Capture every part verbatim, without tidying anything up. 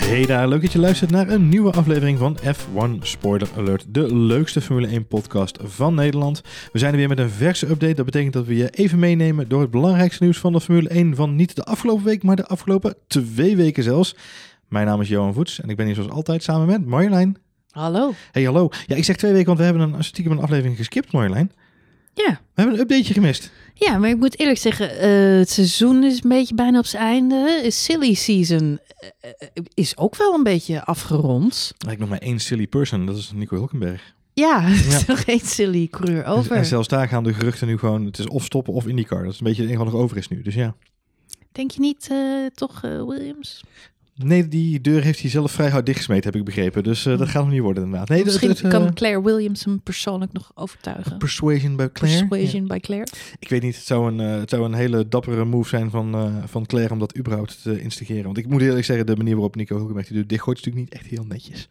Hey daar, leuk dat je luistert naar een nieuwe aflevering van F één Spoiler Alert, de leukste Formule één podcast van Nederland. We zijn er weer met een verse update. Dat betekent dat we je even meenemen door het belangrijkste nieuws van de Formule één van niet de afgelopen week, maar de afgelopen twee weken zelfs. Mijn naam is Johan Voets en ik ben hier zoals altijd samen met Marjolein. Hallo. Hey, hallo. Ja, ik zeg twee weken, want we hebben een stiekem een aflevering geskipt, Marjolein. Ja. We hebben een updateje gemist. Ja, maar ik moet eerlijk zeggen, uh, het seizoen is een beetje bijna op zijn einde. Silly season uh, is ook wel een beetje afgerond. Ik heb nog maar één silly person, dat is Nico Hülkenberg. Ja, er is nog één silly coureur over. En, en zelfs daar gaan de geruchten nu gewoon, het is of stoppen of IndyCar. Dat is een beetje het enige wat nog over is nu, dus ja. Denk je niet uh, toch uh, Williams? Nee, die deur heeft hij zelf vrij hard dichtgesmeten, heb ik begrepen. Dus uh, dat gaat nog niet worden inderdaad. Nee, Misschien dat, dat, kan uh, Claire Williams hem persoonlijk nog overtuigen. Persuasion by Claire. Persuasion ja. by Claire. Ik weet niet, het zou, een, uh, het zou een hele dappere move zijn van, uh, van Claire om dat überhaupt te instigeren. Want ik moet eerlijk zeggen, de manier waarop Nico Hülkenberg die doet, dit gooit natuurlijk niet echt heel netjes.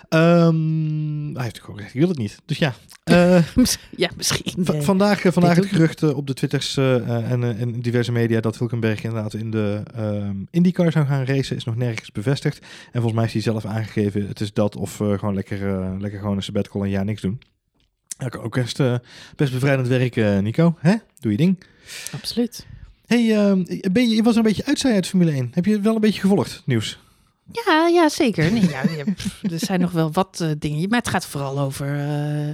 Um, hij heeft gewoon gezegd, ik wil het niet. Dus ja. Uh, ja, misschien. v- vandaag uh, vandaag het gerucht uh, op de Twitters uh, en, uh, en diverse media dat Hülkenberg inderdaad in de um, IndyCar zou gaan racen, is nog nergens bevestigd. En volgens mij heeft hij zelf aangegeven, het is dat of uh, gewoon lekker, uh, lekker gewoon een sabbatical en een jaar niks doen. Ja, ook best, uh, best bevrijdend werk, uh, Nico. Hè? Doe je ding. Absoluut. Hey, uh, ben je, je was er een beetje uitzij uit Formule één. Heb je het wel een beetje gevolgd, het nieuws? Ja, ja zeker. Nee, ja, ja, pff, er zijn nog wel wat uh, dingen. Maar het gaat vooral over... Uh,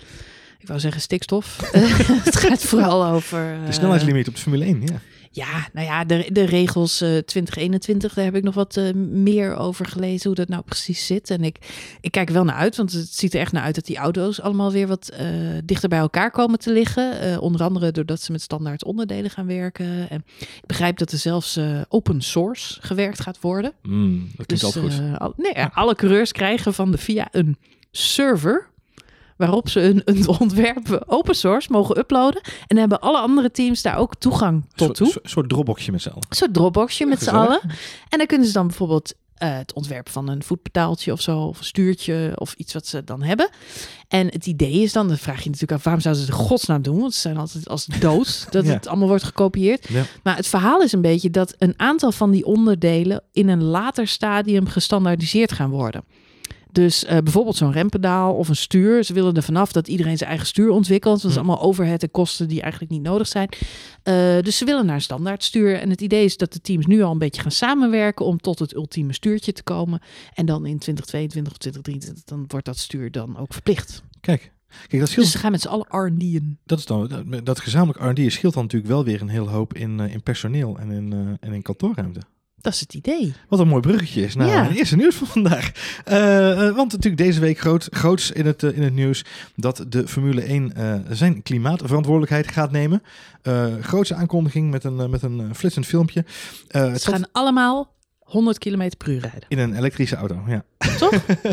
ik wou zeggen stikstof. Het gaat vooral over... Uh, de snelheidslimiet op de Formule één, ja. Ja, nou ja, de, de regels uh, twintig eenentwintig, daar heb ik nog wat uh, meer over gelezen, hoe dat nou precies zit. En ik, ik kijk er wel naar uit, want het ziet er echt naar uit dat die auto's allemaal weer wat uh, dichter bij elkaar komen te liggen. Uh, onder andere doordat ze met standaard onderdelen gaan werken. En ik begrijp dat er zelfs uh, open source gewerkt gaat worden. Mm, dat klinkt dus, altijd goed. Uh, al, nee, ja, alle coureurs krijgen van de F I A een server waarop ze een, een ontwerp open source mogen uploaden. En hebben alle andere teams daar ook toegang tot toe. Een soort Dropboxje met z'n allen. Een soort Dropboxje met z'n Gezellig. allen. En dan kunnen ze dan bijvoorbeeld uh, het ontwerp van een voetpedaaltje of zo, of een stuurtje, of iets wat ze dan hebben. En het idee is dan, dan vraag je natuurlijk af, waarom zouden ze het in godsnaam doen? Want ze zijn altijd als dood dat Ja. het allemaal wordt gekopieerd. Ja. Maar het verhaal is een beetje dat een aantal van die onderdelen in een later stadium gestandaardiseerd gaan worden. Dus uh, bijvoorbeeld zo'n rempedaal of een stuur. Ze willen er vanaf dat iedereen zijn eigen stuur ontwikkelt. Dat is allemaal overhead en kosten die eigenlijk niet nodig zijn. Uh, dus ze willen naar een standaard stuur. En het idee is dat de teams nu al een beetje gaan samenwerken om tot het ultieme stuurtje te komen. En dan in twintig tweeëntwintig of twintig drieëntwintig, dan wordt dat stuur dan ook verplicht. Kijk. Kijk, dat scheelt. Dus ze gaan met z'n allen R en D'en. Dat, is dan, dat, dat gezamenlijk R en D scheelt dan natuurlijk wel weer een hele hoop in, uh, in personeel en in, uh, en in kantoorruimte. Dat is het idee. Wat een mooi bruggetje is naar Ja. het eerste nieuws van vandaag. Uh, uh, want natuurlijk deze week groot, groots in het, uh, in het nieuws dat de Formule één uh, zijn klimaatverantwoordelijkheid gaat nemen. Uh, grootste aankondiging met een, uh, met een uh, flitsend filmpje. Uh, Ze het gaan zat allemaal honderd kilometer per uur rijden. in een elektrische auto, ja. Toch?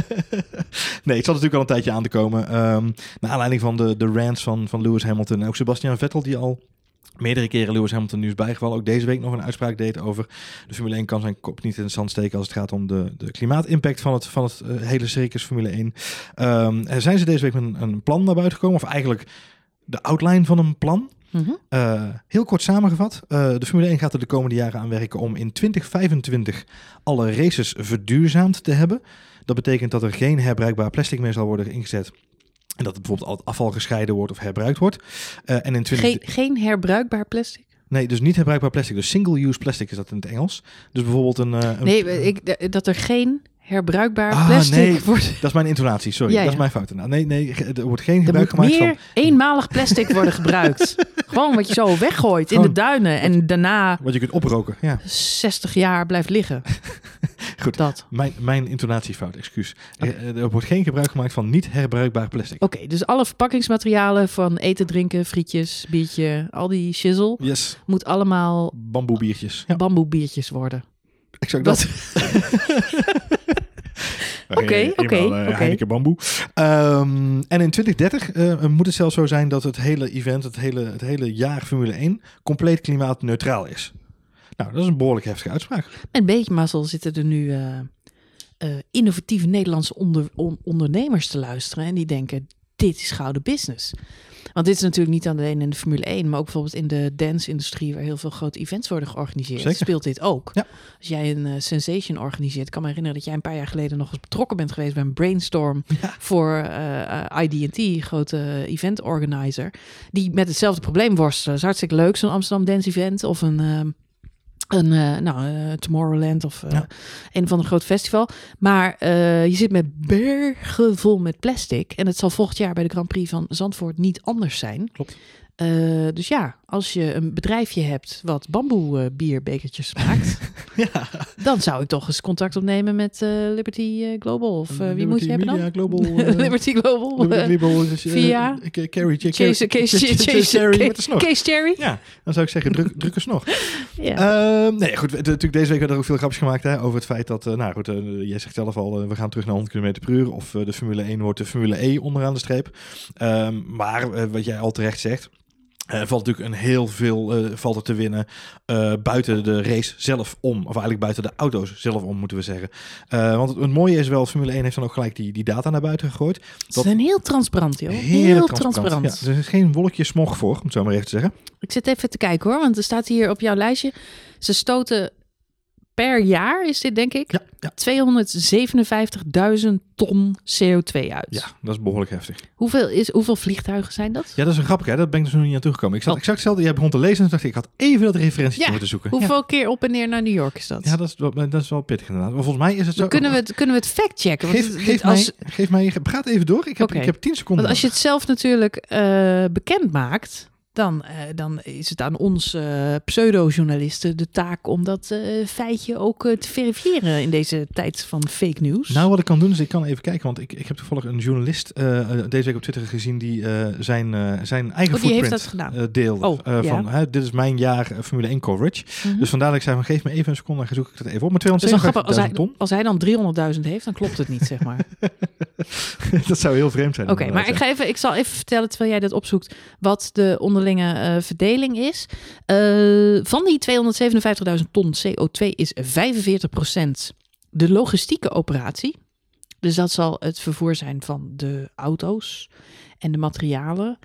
Nee, het zat natuurlijk al een tijdje aan te komen. Um, naar aanleiding van de, de rants van, van Lewis Hamilton en ook Sebastian Vettel die al meerdere keren Lewis Hamilton nieuws bijgevallen. Ook deze week nog een uitspraak deed over de Formule één kan zijn kop niet in het zand steken als het gaat om de, de klimaatimpact van het, van het uh, hele circus Formule één. Um, er zijn ze deze week met een, een plan naar buiten gekomen, of eigenlijk de outline van een plan. Mm-hmm. Uh, heel kort samengevat, uh, de Formule één gaat er de komende jaren aan werken om in twintig vijfentwintig alle races verduurzaamd te hebben. Dat betekent dat er geen herbruikbaar plastic meer zal worden ingezet. En dat er bijvoorbeeld al het afval gescheiden wordt of herbruikt wordt. Uh, en in twintig... Geen, geen herbruikbaar plastic? Nee, dus niet herbruikbaar plastic. Dus single-use plastic is dat in het Engels. Dus bijvoorbeeld een... Uh, een... Nee, ik, dat er geen herbruikbaar ah, plastic nee. wordt. Dat is mijn intonatie, sorry. Ja, ja. Dat is mijn fout. Nou, nee, nee, er wordt geen Er gebruik moet gemaakt meer van... eenmalig plastic worden gebruikt. Gewoon wat je zo weggooit in de Gewoon duinen en daarna wat je kunt oproken, ja. zestig jaar blijft liggen. Goed, dat. Mijn, mijn intonatiefout, excuus. Okay. Er, er wordt geen gebruik gemaakt van niet herbruikbaar plastic. Oké, okay, dus alle verpakkingsmaterialen van eten, drinken, frietjes, biertje, al die shizzle, Yes. moet allemaal Bamboebiertjes. Ja. bamboebiertjes worden. Exact dat. Oké, oké. Heineken bamboe. Um, en in twintig dertig uh, moet het zelfs zo zijn dat het hele event, het hele, het hele jaar Formule één, compleet klimaatneutraal is. Nou, dat is een behoorlijk heftige uitspraak. Met een beetje mazzel zitten er nu uh, uh, innovatieve Nederlandse onder, on, ondernemers te luisteren. En die denken, dit is gouden business. Want dit is natuurlijk niet alleen in de Formule één, maar ook bijvoorbeeld in de dance-industrie, waar heel veel grote events worden georganiseerd. Zeker. Speelt dit ook. Ja. Als jij een uh, Sensation organiseert, ik kan me herinneren dat jij een paar jaar geleden nog eens betrokken bent geweest bij een brainstorm ja. voor uh, I D T, grote event organizer, die met hetzelfde probleem worstelen. Dat is hartstikke leuk, zo'n Amsterdam Dance Event of een... Uh, Een, uh, nou, uh, Tomorrowland of uh, ja. een van de groot festival. Maar uh, je zit met bergen vol met plastic. En het zal volgend jaar bij de Grand Prix van Zandvoort niet anders zijn. Klopt. Uh, dus ja, als je een bedrijfje hebt wat bamboe uh, bierbekertjes maakt, ja. dan zou ik toch eens contact opnemen met uh, Liberty uh, Global. Of uh, wie Liberty moet je hebben dan? Media Global. Uh, Liberty Global. Liberty Global is, uh, via Carrie, Chase Cherry met de snor. Case Cherry. Ja, dan zou ik zeggen druk, druk een snor. Ja. Uh, nee, goed. Natuurlijk deze week werden er ook veel grapjes gemaakt hè, over het feit dat, uh, nou goed, uh, jij zegt zelf al, uh, we gaan terug naar honderd kilometer per uur. Of uh, de Formule één wordt de Formule E onderaan de streep. Uh, maar uh, wat jij al terecht zegt. Uh, valt natuurlijk een heel veel uh, valt er te winnen uh, buiten de race zelf om. Of eigenlijk buiten de auto's zelf om, moeten we zeggen. Uh, want het, het mooie is wel, Formule één heeft dan ook gelijk die, die data naar buiten gegooid. Ze zijn heel transparant, joh. Heel, heel transparant. transparant. Ja, er is geen wolkje smog voor, om het zo maar even te zeggen. Ik zit even te kijken hoor, want er staat hier op jouw lijstje. Ze stoten per jaar, is dit denk ik, ja, ja. tweehonderdzevenenvijftigduizend ton C O twee uit. Ja, dat is behoorlijk heftig. Hoeveel, is, hoeveel vliegtuigen zijn dat? Ja, dat is een grappig, hè? Dat ben ik dus nog niet aan toegekomen. Ik zat oh. exact hetzelfde. Jij begon te lezen en dacht ik, ik had even dat referentie ja. moeten zoeken. Hoeveel ja. keer op en neer naar New York is dat? Ja, dat is, dat is wel pittig inderdaad. Maar volgens mij is het zo... Kunnen we het, kunnen we het factchecken? Geef, Want geef, als... mij, geef mij... Ga het even door. Ik heb, okay. ik heb tien seconden. Want als je het zelf natuurlijk uh, bekend maakt... Dan, uh, dan is het aan ons uh, pseudo-journalisten de taak om dat uh, feitje ook uh, te verifiëren in deze tijd van fake news. Nou, wat ik kan doen is ik kan even kijken, want ik, ik heb toevallig een journalist uh, deze week op Twitter gezien die uh, zijn, uh, zijn eigen oh, die footprint heeft dat gedaan. Uh, deelde. Oh, uh, van, ja. hè, dit is mijn jaar uh, Formule één coverage. Mm-hmm. Dus vandaar dat ik zei van geef me even een seconde, dan zoek ik dat even op. Maar tweehonderdzevenenvijftigduizend ton. Als hij dan driehonderdduizend heeft, dan klopt het niet, zeg maar. Dat zou heel vreemd zijn. Oké, okay, maar ik, ga even, ik zal even vertellen, terwijl jij dat opzoekt, wat de onderlinge uh, verdeling is. Uh, van die tweehonderdzevenenvijftigduizend ton C O twee is vijfenveertig procent de logistieke operatie. Dus dat zal het vervoer zijn van de auto's en de materialen.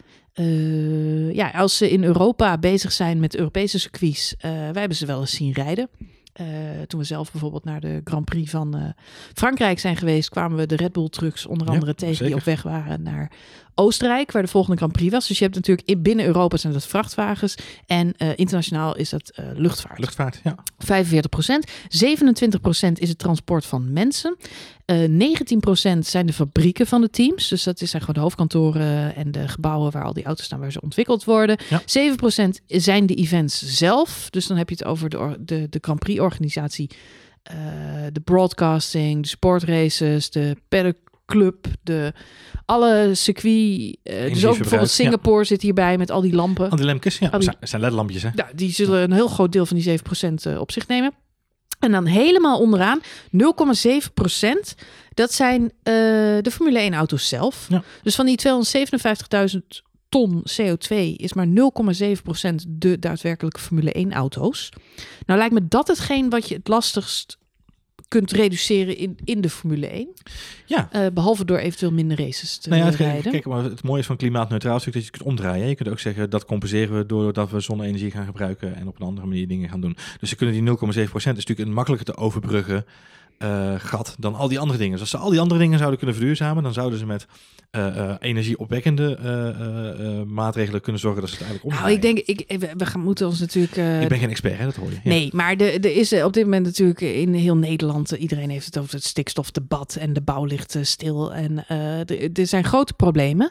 Uh, ja, als ze in Europa bezig zijn met Europese circuits, uh, wij hebben ze wel eens zien rijden. Uh, toen we zelf bijvoorbeeld naar de Grand Prix van uh, Frankrijk zijn geweest, kwamen we de Red Bull trucks onder andere ja, tegen zeker. Die op weg waren naar Oostenrijk, waar de volgende Grand Prix was. Dus je hebt natuurlijk in, binnen Europa zijn dat vrachtwagens en uh, internationaal is dat uh, luchtvaart. Luchtvaart, ja. vijfenveertig procent. zevenentwintig procent is het transport van mensen. Uh, negentien procent zijn de fabrieken van de teams. Dus dat zijn gewoon de hoofdkantoren en de gebouwen waar al die auto's staan, waar ze ontwikkeld worden. Ja. zeven procent zijn de events zelf. Dus dan heb je het over de, de, de Grand Prix organisatie, uh, de broadcasting, de sportraces, de paddock club, de alle circuit. Uh, dus ook bijvoorbeeld Singapore ja. zit hierbij met al die lampen. Al die lampjes, ja. Al die, zijn L E D-lampjes, hè? Ja, die zullen een heel groot deel van die zeven procent uh, op zich nemen. En dan helemaal onderaan, nul komma zeven procent, dat zijn uh, de Formule één auto's zelf. Ja. Dus van die tweehonderdzevenenvijftigduizend ton C O twee is maar nul komma zeven procent de daadwerkelijke Formule één auto's. Nou lijkt me dat hetgeen wat je het lastigst kunt reduceren in, in de Formule één. Ja. Uh, behalve door eventueel minder races te nou ja, het, rijden. Kijk, maar het mooie is van klimaatneutraal is dat je het kunt omdraaien. Je kunt ook zeggen dat compenseren we doordat we zonne-energie gaan gebruiken en op een andere manier dingen gaan doen. Dus ze kunnen die nul komma zeven procent is natuurlijk een makkelijker te overbruggen uh, gat dan al die andere dingen. Dus als ze al die andere dingen zouden kunnen verduurzamen, dan zouden ze met uh, uh, energieopwekkende uh, uh, uh, maatregelen kunnen zorgen dat ze het eigenlijk omdraaien. Nou, ik denk, ik, we, we gaan, moeten ons natuurlijk... Uh, ik ben geen expert, hè, dat hoor je. Ja. Nee, maar er is op dit moment natuurlijk in heel Nederland, iedereen heeft het over het stikstofdebat en de bouw ligt uh, stil. En uh, er zijn grote problemen.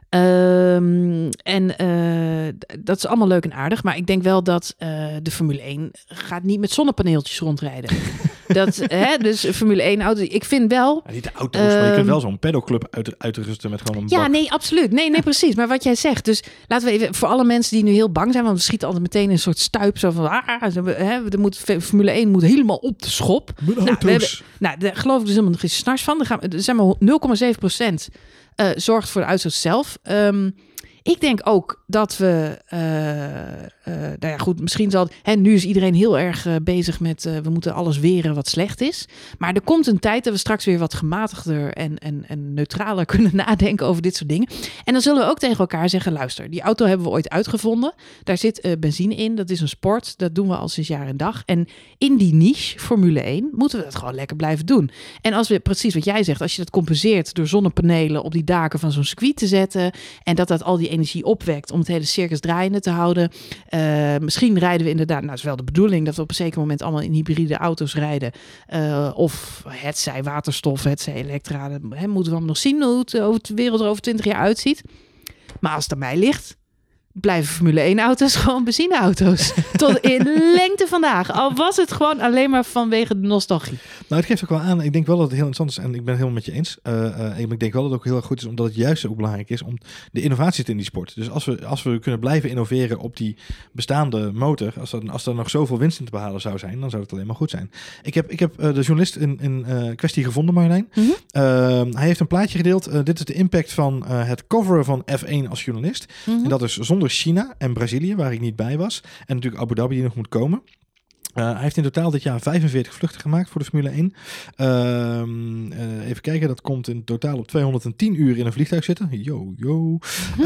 Um, en uh, dat is allemaal leuk en aardig. Maar ik denk wel dat uh, de Formule één gaat niet met zonnepaneeltjes rondrijden. dat, hè, dus Formule één auto. Ik vind wel... Ja, niet de auto's, um, maar je kunt wel zo'n pedalclub uit, uitrusten met gewoon een Ja, bak. nee, absoluut. Nee, nee, precies. Maar wat jij zegt. Dus laten we even, voor alle mensen die nu heel bang zijn, want we schieten altijd meteen een soort stuip. Zo van, ah, hè, de moet, Formule één moet helemaal op de schop. Met nou, auto's. We hebben, nou, daar geloof ik dus helemaal geen snars van. Er, gaan, er zijn maar nul komma zeven procent uh, zorgt voor de uitstoot zelf. Um, Ik denk ook dat we, uh, uh, nou ja goed, misschien zal, hè, nu is iedereen heel erg uh, bezig met, uh, we moeten alles weren wat slecht is. Maar er komt een tijd dat we straks weer wat gematigder en, en, en neutraler kunnen nadenken over dit soort dingen. En dan zullen we ook tegen elkaar zeggen, luister, die auto hebben we ooit uitgevonden. Daar zit uh, benzine in, dat is een sport, dat doen we al sinds jaar en dag. En in die niche, Formule één, moeten we dat gewoon lekker blijven doen. En als we, precies wat jij zegt, als je dat compenseert door zonnepanelen op die daken van zo'n circuit te zetten en dat dat al die energie opwekt om het hele circus draaiende te houden. Uh, misschien rijden we inderdaad, nou is wel de bedoeling dat we op een zeker moment allemaal in hybride auto's rijden. Uh, of het zij waterstof, het zij elektra. Hè, moeten we allemaal nog zien hoe het, hoe de wereld er over twintig jaar uitziet. Maar als het aan mij ligt, blijven Formule één auto's gewoon benzineauto's. Tot in lengte vandaag. Al was het gewoon alleen maar vanwege de nostalgie. Nou, het geeft ook wel aan. Ik denk wel dat het heel interessant is. En ik ben het helemaal met je eens. Uh, uh, ik denk wel dat het ook heel erg goed is. Omdat het juist ook belangrijk is om de innovatie zit in die sport. Dus als we, als we kunnen blijven innoveren op die bestaande motor. Als er, als er nog zoveel winst in te behalen zou zijn. Dan zou het alleen maar goed zijn. Ik heb, ik heb uh, de journalist in, in uh, kwestie gevonden, Marjolein. Mm-hmm. Uh, hij heeft een plaatje gedeeld. Uh, dit is de impact van uh, het coveren van F één als journalist. Mm-hmm. En dat is zonder China en Brazilië, waar ik niet bij was. En natuurlijk Abu Dhabi die nog moet komen. Uh, hij heeft in totaal dit jaar vijfenveertig vluchten gemaakt voor de Formule één. Uh, uh, even kijken, dat komt in totaal op tweehonderdtien uur in een vliegtuig zitten. Yo, yo.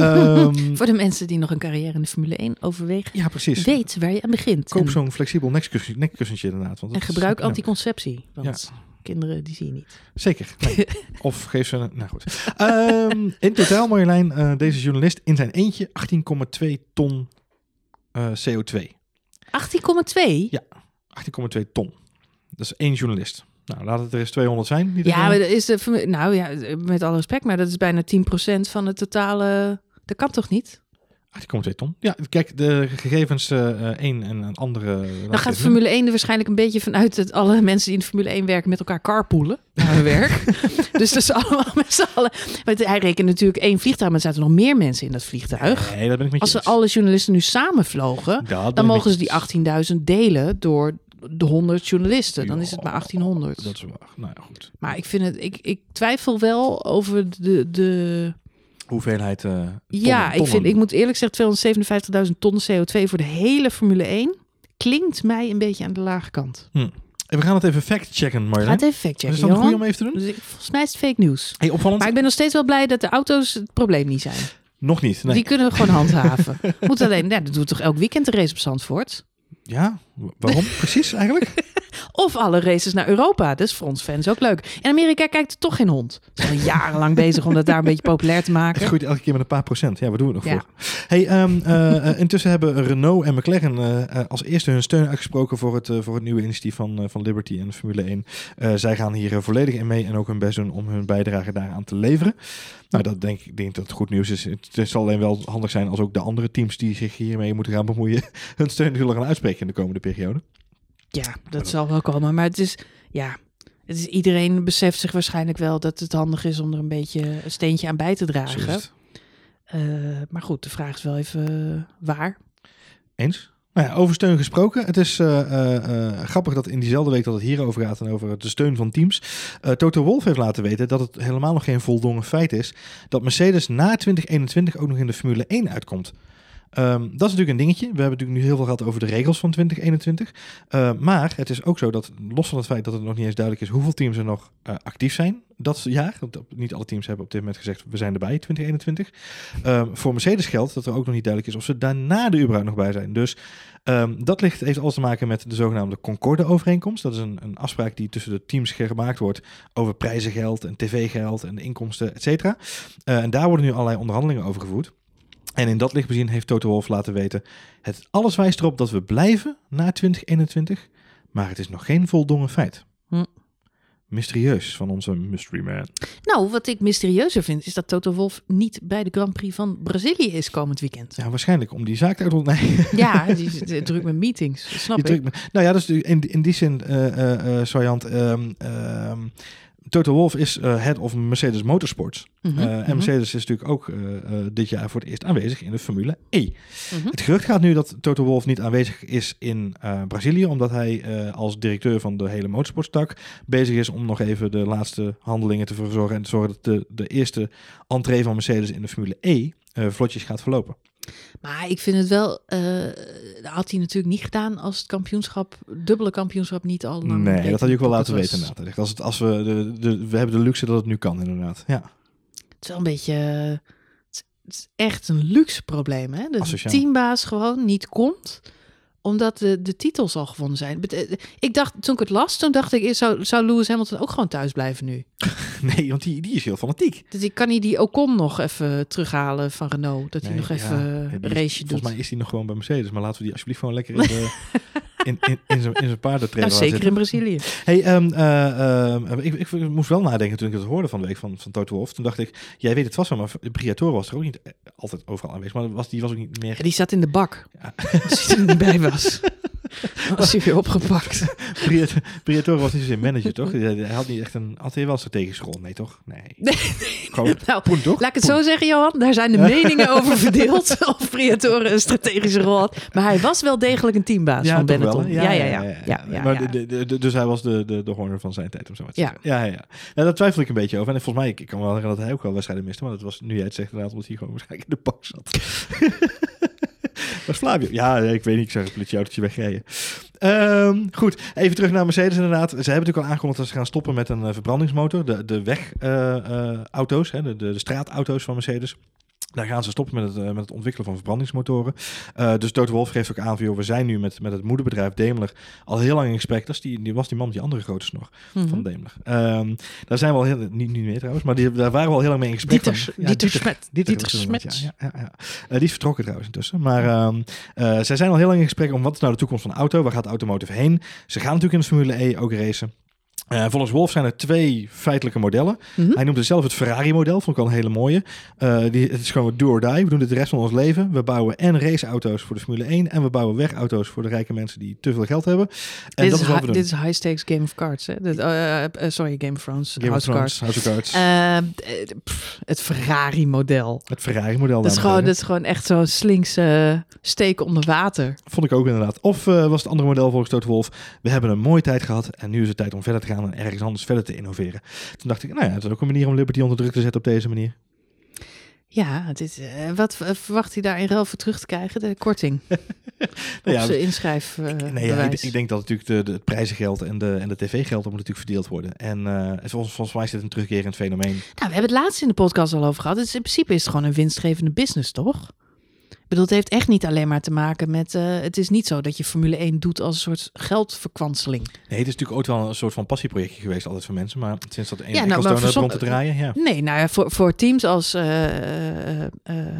Um, voor de mensen die nog een carrière in de Formule één overwegen. Ja, precies. Weet waar je aan begint. Koop en... zo'n flexibel nekkussentje, nekkussentje inderdaad. Want en gebruik is, anticonceptie. Want ja. kinderen, die zie je niet. Zeker. Nee. Of geef ze een... Nou goed. Um, in totaal, Marjolein, uh, deze journalist in zijn eentje achttien komma twee ton uh, C O twee. achttien komma twee? Ja, achttien komma twee ton. Dat is één journalist. Nou, laat het er eens tweehonderd zijn. Die ja, maar dat is de, nou ja, met alle respect, maar dat is bijna tien procent van het totale... Dat kan toch niet? achttien komma twee ton. Ja, kijk, de gegevens uh, één en een andere... Dan gaat Formule één er waarschijnlijk een beetje vanuit dat alle mensen die in de Formule één werken met elkaar carpoolen naar hun werk. Dus dat is allemaal met z'n allen. Want hij rekent natuurlijk één vliegtuig, maar er zaten nog meer mensen in dat vliegtuig. Nee, dat ben ik met je Als ze alle journalisten nu samen vlogen, ja, dan mogen ze die achttienduizend delen door de honderd journalisten. Dan is het maar achttienhonderd. Dat is waar. Nou ja, goed. Maar ik vind het, ik, ik twijfel wel over de... de hoeveelheid uh, tonnen, Ja, ik, vind, ik moet eerlijk zeggen, tweehonderdzevenenvijftigduizend ton C O twee voor de hele Formule één klinkt mij een beetje aan de lage kant. Hm. En we gaan het even fact-checken, Marjolein. Ga het even fact-checken, Is dat een goede om even te doen? Dus ik, volgens mij is het fake nieuws. Hey, opvallend. Maar ik ben nog steeds wel blij dat de auto's het probleem niet zijn. Nog niet, nee. Die kunnen we gewoon handhaven. Moet alleen, ja, dat doet toch elk weekend de race op Zandvoort? Ja, waarom precies eigenlijk? Of alle races naar Europa. Dat is voor ons fans ook leuk. In Amerika kijkt er toch geen hond. Ze zijn al jarenlang bezig om dat daar een beetje populair te maken. Het groeit elke keer met een paar procent. Ja, wat doen we nog ja. voor? Hey, um, uh, intussen hebben Renault en McLaren uh, uh, als eerste hun steun uitgesproken voor het, uh, voor het nieuwe initiatief van, uh, van Liberty en Formule één. Uh, zij gaan hier uh, volledig in mee en ook hun best doen om hun bijdrage daaraan te leveren. Nou, dat denk ik denk dat het goed nieuws is. Het zal alleen wel handig zijn als ook de andere teams die zich hiermee moeten gaan bemoeien hun steun zullen gaan uitspreken in de komende periode. Ja, dat, dat zal wel komen. Maar het is, ja, het is, iedereen beseft zich waarschijnlijk wel dat het handig is om er een beetje een steentje aan bij te dragen. Uh, maar goed, de vraag is wel even uh, waar. Eens? Nou ja, over steun gesproken. Het is uh, uh, uh, grappig dat in diezelfde week dat het hierover gaat en over de steun van teams. Uh, Toto Wolff heeft laten weten dat het helemaal nog geen voldongen feit is dat Mercedes na twintig eenentwintig ook nog in de Formule één uitkomt. Um, dat is natuurlijk een dingetje. We hebben natuurlijk nu heel veel gehad over de regels van twintig eenentwintig. Uh, maar het is ook zo dat, los van het feit dat het nog niet eens duidelijk is hoeveel teams er nog uh, actief zijn dat jaar. Want niet alle teams hebben op dit moment gezegd, we zijn erbij, twintig eenentwintig. Um, voor Mercedes geldt dat er ook nog niet duidelijk is of ze daarna er überhaupt nog bij zijn. Dus um, dat ligt, heeft alles te maken met de zogenaamde Concorde-overeenkomst. Dat is een, een afspraak die tussen de teams gemaakt wordt over prijzengeld en tv-geld en de inkomsten, et cetera. Uh, en daar worden nu allerlei onderhandelingen over gevoerd. En in dat licht bezien heeft Toto Wolff laten weten, het alles wijst erop dat we blijven na twintig eenentwintig, maar het is nog geen voldongen feit. Hm. Mysterieus van onze mystery man. Nou, wat ik mysterieuzer vind, is dat Toto Wolff niet bij de Grand Prix van Brazilië is komend weekend. Ja, waarschijnlijk om die zaak uit te nee. Ja, die is druk met meetings, snap die ik. Met, nou ja, dus in, in die zin, uh, uh, Soyant, um, um, Toto Wolff is uh, head of Mercedes Motorsports. Mm-hmm, uh, en mm-hmm. Mercedes is natuurlijk ook uh, uh, dit jaar voor het eerst aanwezig in de Formule E. Mm-hmm. Het gerucht gaat nu dat Toto Wolff niet aanwezig is in uh, Brazilië, omdat hij uh, als directeur van de hele motorsportstak bezig is om nog even de laatste handelingen te verzorgen en te zorgen dat de, de eerste entree van Mercedes in de Formule E uh, vlotjes gaat verlopen. Maar ik vind het wel, uh, dat had hij natuurlijk niet gedaan als het kampioenschap, dubbele kampioenschap niet al lang. Nee, dat had hij ook wel laten was. weten inderdaad. Als, het, als we, de, de, we hebben de luxe dat het nu kan inderdaad, ja. Het is wel een beetje, het is echt een luxe probleem, hè? Dat de teambaas gewoon niet komt, omdat de, de titels al gewonnen zijn. Ik dacht, toen ik het las, toen dacht ik, zou, zou Lewis Hamilton ook gewoon thuis blijven nu? Nee, want die, die is heel fanatiek. Dus ik kan niet die Ocon nog even terughalen van Renault. Dat nee, hij nog even ja, een raceje doet. Volgens mij is hij nog gewoon bij Mercedes. Maar laten we die alsjeblieft gewoon lekker in de... In, in, in zijn, in zijn paardentrailer. Nou, zeker in Brazilië. Hey, um, uh, uh, ik, ik, ik moest wel nadenken toen ik het hoorde van de week van, van Toto Wolff. Toen dacht ik, jij weet het vast wel, maar Briatore was er ook niet altijd overal aanwezig. Maar was, die was ook niet meer... Ja, die zat in de bak. Ja. Als hij er niet bij was. Was hij weer opgepakt. Briatore was niet zo'n manager, toch? Hij had niet echt een... Had hij wel een strategische rol? Nee, toch? Nee. nee. Gewoon, nou, poen, toch? Laat ik het poen. zo zeggen, Johan. Daar zijn de meningen over verdeeld of Briatore een strategische rol had. Maar hij was wel degelijk een teambaas ja, van Benetton. Ja, ja, ja. ja, ja, ja, ja, ja, maar ja. De, de, de, dus hij was de, de, de Horner van zijn tijd, om zo maar te ja. zeggen. Ja, ja, ja. Nou, daar twijfel ik een beetje over. En volgens mij, ik, ik kan wel zeggen dat hij ook wel wedstrijden miste. Maar dat was, nu jij het zegt, inderdaad, omdat hij gewoon waarschijnlijk in de bak zat. Was Flavio? Ja, ik weet niet. Ik zag een politieautootje wegrijden. Um, goed, even terug naar Mercedes inderdaad. Ze hebben natuurlijk al aangekondigd dat ze gaan stoppen met een uh, verbrandingsmotor. De, de wegauto's, uh, uh, de, de, de straatauto's van Mercedes. Daar gaan ze stoppen met het, uh, met het ontwikkelen van verbrandingsmotoren. Uh, dus Toto Wolff geeft ook aan van, joh, we zijn nu met, met het moederbedrijf Daimler al heel lang in gesprek. Dat is die, die was die man, die andere grote snor mm-hmm. van Daimler. Um, daar zijn we al heel, niet, niet meer trouwens, maar die, daar waren we al heel lang mee in gesprek. Dieter, ja, Dieter Smet. Dieter Smet. Ja, ja, ja. Uh, die is vertrokken trouwens intussen. Maar um, uh, zij zijn al heel lang in gesprek om wat is nou de toekomst van de auto? Waar gaat de automotive heen? Ze gaan natuurlijk in de Formule E ook racen. Uh, volgens Wolff zijn er twee feitelijke modellen. Mm-hmm. Hij noemde zelf het Ferrari-model, vond ik al een hele mooie. Uh, die, het is gewoon do or die. We doen dit de rest van ons leven. We bouwen en raceauto's voor de Formule één en we bouwen wegauto's voor de rijke mensen die te veel geld hebben. En dit, dat is is wat hi- we doen. Dit is high stakes Game of Cards. Hè? Dit, uh, uh, sorry, Game of Thrones. Game House of Thrones, Cards. House of Cards. Uh, pff, het Ferrari-model. Het Ferrari-model. Dat is, gewoon, dat is gewoon echt zo'n slinkse steek onder water. Vond ik ook inderdaad. Of uh, was het andere model volgens Toto Wolff. We hebben een mooie tijd gehad en nu is het tijd om verder te gaan en ergens anders verder te innoveren. Toen dacht ik, nou ja, het is ook een manier om Liberty onder druk te zetten op deze manier. Ja, dit, uh, wat uh, verwacht hij daar in ruil voor terug te krijgen? De korting nou ja, op zijn inschrijf uh, ik, nee, ja, ik, ik denk dat natuurlijk de, de, het prijzengeld en de, en de tv-geld moet natuurlijk verdeeld worden. En uh, volgens, volgens mij is dit een terugkerend fenomeen. Nou, we hebben het laatst in de podcast al over gehad. Dus in principe is het gewoon een winstgevende business, toch? Ik bedoel, het heeft echt niet alleen maar te maken met... Uh, het is niet zo dat je Formule één doet als een soort geldverkwanseling. Nee, het is natuurlijk ooit wel een soort van passieprojectje geweest altijd voor mensen. Maar sinds dat een ja, nou, maar rond te draaien, ja. Nee, nou ja, voor, voor teams als uh, uh, uh, uh,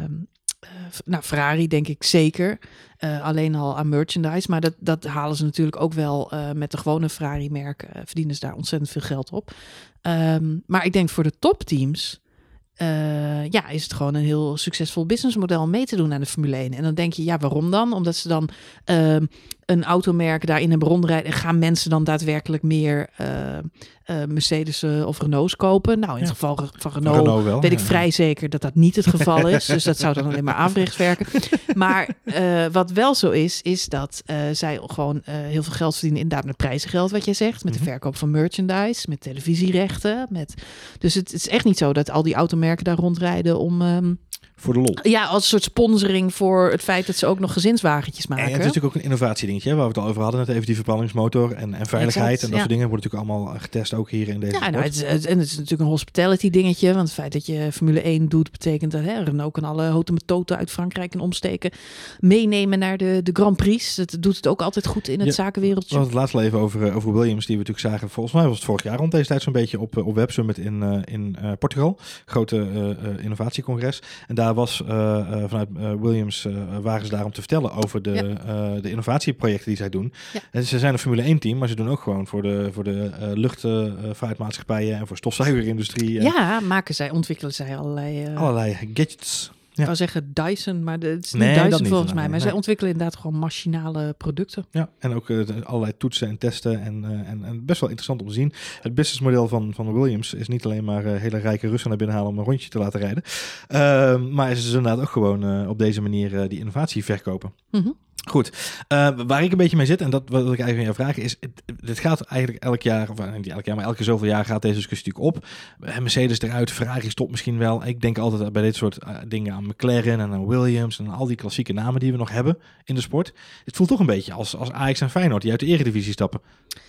nou, Ferrari denk ik zeker. Uh, alleen al aan merchandise. Maar dat, dat halen ze natuurlijk ook wel uh, met de gewone Ferrari-merk. Uh, verdienen ze daar ontzettend veel geld op. Um, maar ik denk voor de topteams... Uh, ja, is het gewoon een heel succesvol businessmodel om mee te doen aan de Formule één. En dan denk je, ja, waarom dan? Omdat ze dan uh, een automerk daarin hebben rondrijden. En gaan mensen dan daadwerkelijk meer uh, uh, Mercedes of Renaults kopen? Nou, in het ja. geval van Renault, Renault wel, weet ik ja. vrij zeker dat dat niet het geval is. Dus dat zou dan alleen maar averechts werken. Maar uh, wat wel zo is, is dat uh, zij gewoon uh, heel veel geld verdienen inderdaad met prijzengeld, wat jij zegt. Met mm-hmm. de verkoop van merchandise, met televisierechten. Met... Dus het, het is echt niet zo dat al die automerken daar rondrijden om... Um, Voor de lol. Ja, als een soort sponsoring voor het feit dat ze ook nog gezinswagentjes maken. En het is natuurlijk ook een innovatiedingetje, waar we het al over hadden. Net even die verbrandingsmotor en, en veiligheid. Exact, en dat ja. soort dingen worden natuurlijk allemaal getest ook hier in deze Ja, nou, het, het, en het is natuurlijk een hospitality dingetje. Want het feit dat je Formule één doet, betekent dat hè, Renault kan alle houten metoten uit Frankrijk en omsteken meenemen naar de, de Grand Prix. Dat doet het ook altijd goed in het ja, zakenwereldje. We hadden het laatst al even over, over Williams, die we natuurlijk zagen. Volgens mij was het vorig jaar rond deze tijd zo'n beetje op, op Web Summit in, uh, in uh, Portugal. Grote uh, uh, innovatiecongres. En daar was uh, uh, vanuit uh, Williams uh, waren ze daar om te vertellen over de, ja. uh, de innovatieprojecten die zij doen. Ja. En ze zijn een Formule één team, maar ze doen ook gewoon voor de, voor de uh, luchtvaartmaatschappijen uh, en voor stofzuigerindustrie. Ja, maken zij, ontwikkelen zij allerlei... Uh... Allerlei gadgets. Ik ja. zou zeggen Dyson, maar het is niet nee, Dyson niet, volgens mij. Maar nee. zij ontwikkelen inderdaad gewoon machinale producten. Ja, en ook uh, allerlei toetsen en testen. En, uh, en, en best wel interessant om te zien. Het businessmodel van, van Williams is niet alleen maar uh, hele rijke Russen naar binnen halen om een rondje te laten rijden. Uh, maar is dus inderdaad ook gewoon uh, op deze manier uh, die innovatie verkopen. Mm-hmm. Goed, uh, waar ik een beetje mee zit, en dat wat ik eigenlijk aan jou vragen is, dit gaat eigenlijk elk jaar, of niet elk jaar, maar elke zoveel jaar gaat deze discussie natuurlijk op. Mercedes eruit, Ferrari stopt misschien wel. Ik denk altijd bij dit soort uh, dingen aan McLaren en aan Williams en aan al die klassieke namen die we nog hebben in de sport. Het voelt toch een beetje als, als Ajax en Feyenoord die uit de eredivisie stappen.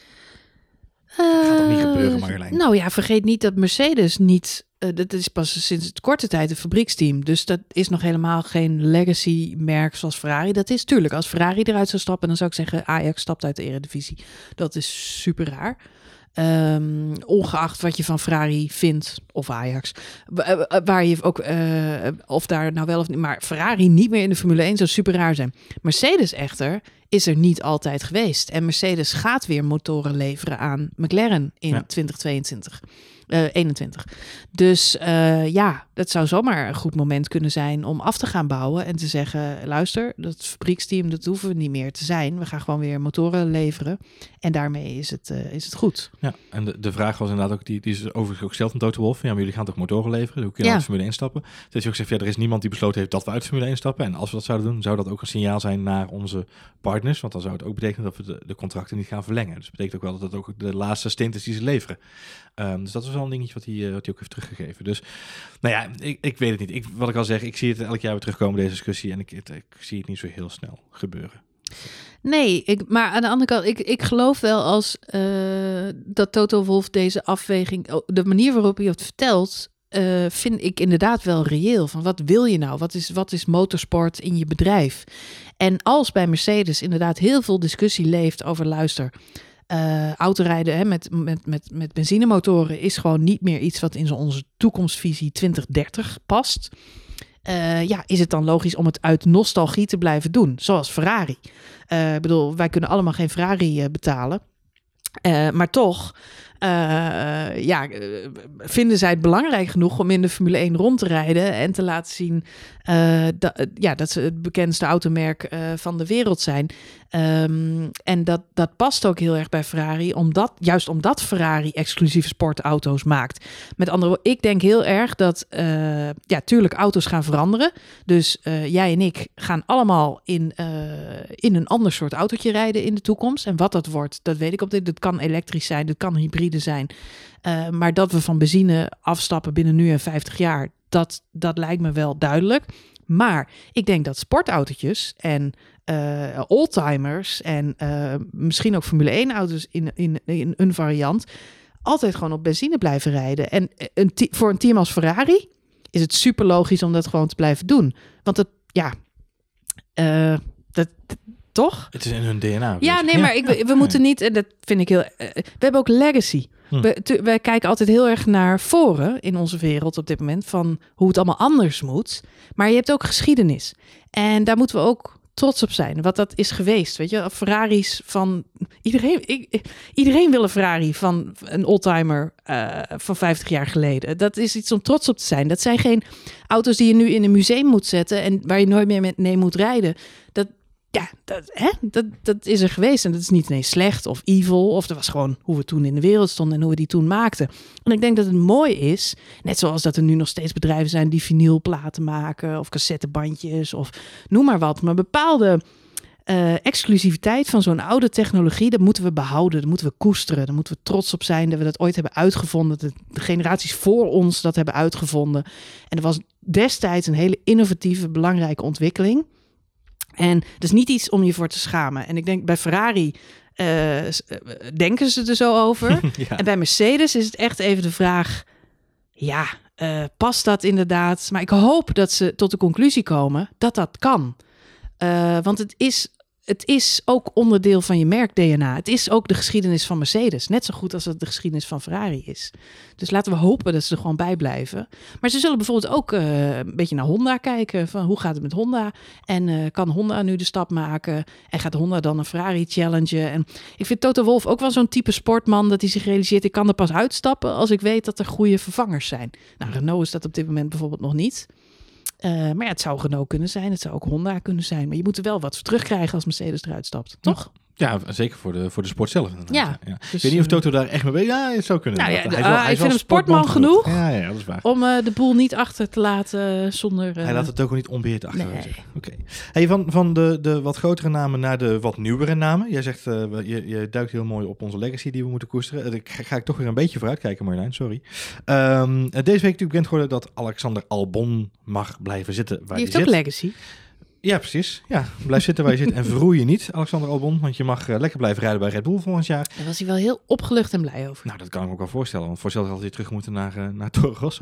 Dat gaat toch niet gebeuren, Marjolein? Nou ja, vergeet niet dat Mercedes niet... Uh, dat is pas sinds korte tijd een fabrieksteam. Dus dat is nog helemaal geen legacy-merk zoals Ferrari. Dat is tuurlijk, als Ferrari eruit zou stappen... dan zou ik zeggen, Ajax stapt uit de eredivisie. Dat is super raar. Um, ongeacht wat je van Ferrari vindt, of Ajax. Waar je ook, uh, of daar nou wel of niet... Maar Ferrari niet meer in de Formule één zou super raar zijn. Mercedes echter is er niet altijd geweest. En Mercedes gaat weer motoren leveren aan McLaren in ja. twintig tweeëntwintig. Uh, eenentwintig. Dus uh, ja, dat zou zomaar een goed moment kunnen zijn om af te gaan bouwen en te zeggen, luister, dat fabrieksteam, dat hoeven we niet meer te zijn. We gaan gewoon weer motoren leveren en daarmee is het, uh, is het goed. Ja, en de, de vraag was inderdaad ook, die, die is overigens ook gesteld aan Toto Wolff. Ja, maar jullie gaan toch motoren leveren? Hoe kun je ja. uit de Formule één stappen? Dus je ook zegt, ja, er is niemand die besloten heeft dat we uit de Formule één stappen. En als we dat zouden doen, zou dat ook een signaal zijn naar onze partners. Want dan zou het ook betekenen dat we de, de contracten niet gaan verlengen. Dus dat betekent ook wel dat het ook de laatste stint is die ze leveren. Um, dus dat was wel een dingetje wat hij, uh, wat hij ook heeft teruggegeven. Dus, nou ja, ik, ik weet het niet. Ik, wat ik al zeg, ik zie het elk jaar weer terugkomen, deze discussie. En ik, het, ik zie het niet zo heel snel gebeuren. Nee, ik, maar aan de andere kant, ik, ik geloof wel als uh, dat Toto Wolff deze afweging, de manier waarop hij het vertelt, uh, vind ik inderdaad wel reëel. Van wat wil je nou? Wat is, wat is motorsport in je bedrijf? En als bij Mercedes inderdaad heel veel discussie leeft over, luister, Uh, autorijden hè, met, met, met, met benzinemotoren is gewoon niet meer iets wat in onze toekomstvisie twintig dertig past. Uh, ja, is het dan logisch om het uit nostalgie te blijven doen, zoals Ferrari? Uh, ik bedoel, wij kunnen allemaal geen Ferrari uh, betalen. Uh, maar toch, uh, ja, uh, vinden zij het belangrijk genoeg om in de Formule één rond te rijden en te laten zien uh, dat, ja, dat ze het bekendste automerk uh, van de wereld zijn. Um, en dat, dat past ook heel erg bij Ferrari, omdat, juist omdat Ferrari exclusieve sportauto's maakt. Met andere woorden, ik denk heel erg dat, uh, ja, tuurlijk auto's gaan veranderen. Dus uh, jij en ik gaan allemaal in, uh, in een ander soort autootje rijden in de toekomst. En wat dat wordt, dat weet ik op dit. Dat kan elektrisch zijn, dat kan hybride zijn. Uh, maar dat we van benzine afstappen binnen nu en vijftig jaar, dat, dat lijkt me wel duidelijk. Maar ik denk dat sportautootjes en uh, oldtimers en uh, misschien ook Formule één auto's in, in, in een variant altijd gewoon op benzine blijven rijden. En een te- voor een team als Ferrari is het super logisch om dat gewoon te blijven doen. Want het, ja, uh, dat... Toch? Het is in hun D N A. Dus. Ja, nee, maar ik, we ja. moeten niet... En dat vind ik heel... Uh, we hebben ook legacy. Hm. We, te, wij kijken altijd heel erg naar voren in onze wereld op dit moment, van hoe het allemaal anders moet. Maar je hebt ook geschiedenis. En daar moeten we ook trots op zijn. Wat dat is geweest, weet je. Ferraris van... Iedereen, ik, iedereen wil een Ferrari van een oldtimer uh, van vijftig jaar geleden. Dat is iets om trots op te zijn. Dat zijn geen auto's die je nu in een museum moet zetten en waar je nooit meer mee moet rijden. Dat Ja, dat, hè? Dat, dat is er geweest. En dat is niet ineens slecht of evil. Of dat was gewoon hoe we toen in de wereld stonden en hoe we die toen maakten. En ik denk dat het mooi is, net zoals dat er nu nog steeds bedrijven zijn die vinylplaten maken of cassettebandjes of noem maar wat. Maar bepaalde uh, exclusiviteit van zo'n oude technologie, dat moeten we behouden. Dat moeten we koesteren. Daar moeten we trots op zijn dat we dat ooit hebben uitgevonden. Dat de generaties voor ons dat hebben uitgevonden. En er was destijds een hele innovatieve, belangrijke ontwikkeling. En dat is niet iets om je voor te schamen. En ik denk bij Ferrari uh, denken ze er zo over. Ja. En bij Mercedes is het echt even de vraag, ja, uh, past dat inderdaad? Maar ik hoop dat ze tot de conclusie komen dat dat kan. Uh, want het is, het is ook onderdeel van je merk-D N A. Het is ook de geschiedenis van Mercedes. Net zo goed als het de geschiedenis van Ferrari is. Dus laten we hopen dat ze er gewoon bij blijven. Maar ze zullen bijvoorbeeld ook uh, een beetje naar Honda kijken. Van hoe gaat het met Honda? En uh, kan Honda nu de stap maken? En gaat Honda dan een Ferrari challengen? En ik vind Toto Wolff ook wel zo'n type sportman dat hij zich realiseert, ik kan er pas uitstappen als ik weet dat er goede vervangers zijn. Nou, Renault is dat op dit moment bijvoorbeeld nog niet. Uh, maar ja, het zou Renault kunnen zijn. Het zou ook Honda kunnen zijn. Maar je moet er wel wat voor terugkrijgen als Mercedes eruit stapt, toch? Ja, zeker voor de, voor de sport zelf. Ja, ja. dus, ik weet niet of Toto daar echt mee weet. Ja, het zou kunnen. Nou ja, hij de, is wel, uh, hij ik is vind wel hem sportman genoeg, genoeg ja, ja, dat is waar. om uh, de boel niet achter te laten zonder... Uh... Hij laat het ook niet onbeheerd achter. Nee. Oké. Okay. Hey, van van de, de wat grotere namen naar de wat nieuwere namen. Jij zegt, uh, je, je duikt heel mooi op onze legacy die we moeten koesteren. Daar ga, ga ik toch weer een beetje vooruitkijken, Marjolein, sorry. Um, deze week natuurlijk bekend geworden dat Alexander Albon mag blijven zitten waar die heeft hij ook zit. legacy. Ja, precies. Ja, blijf zitten waar je zit en verroei je niet, Alexander Albon. Want je mag uh, lekker blijven rijden bij Red Bull volgend jaar. Daar was hij wel heel opgelucht en blij over. Nou, dat kan ik me ook wel voorstellen. Want voorstel dat hij terug moet naar, uh, naar Toro Rosso.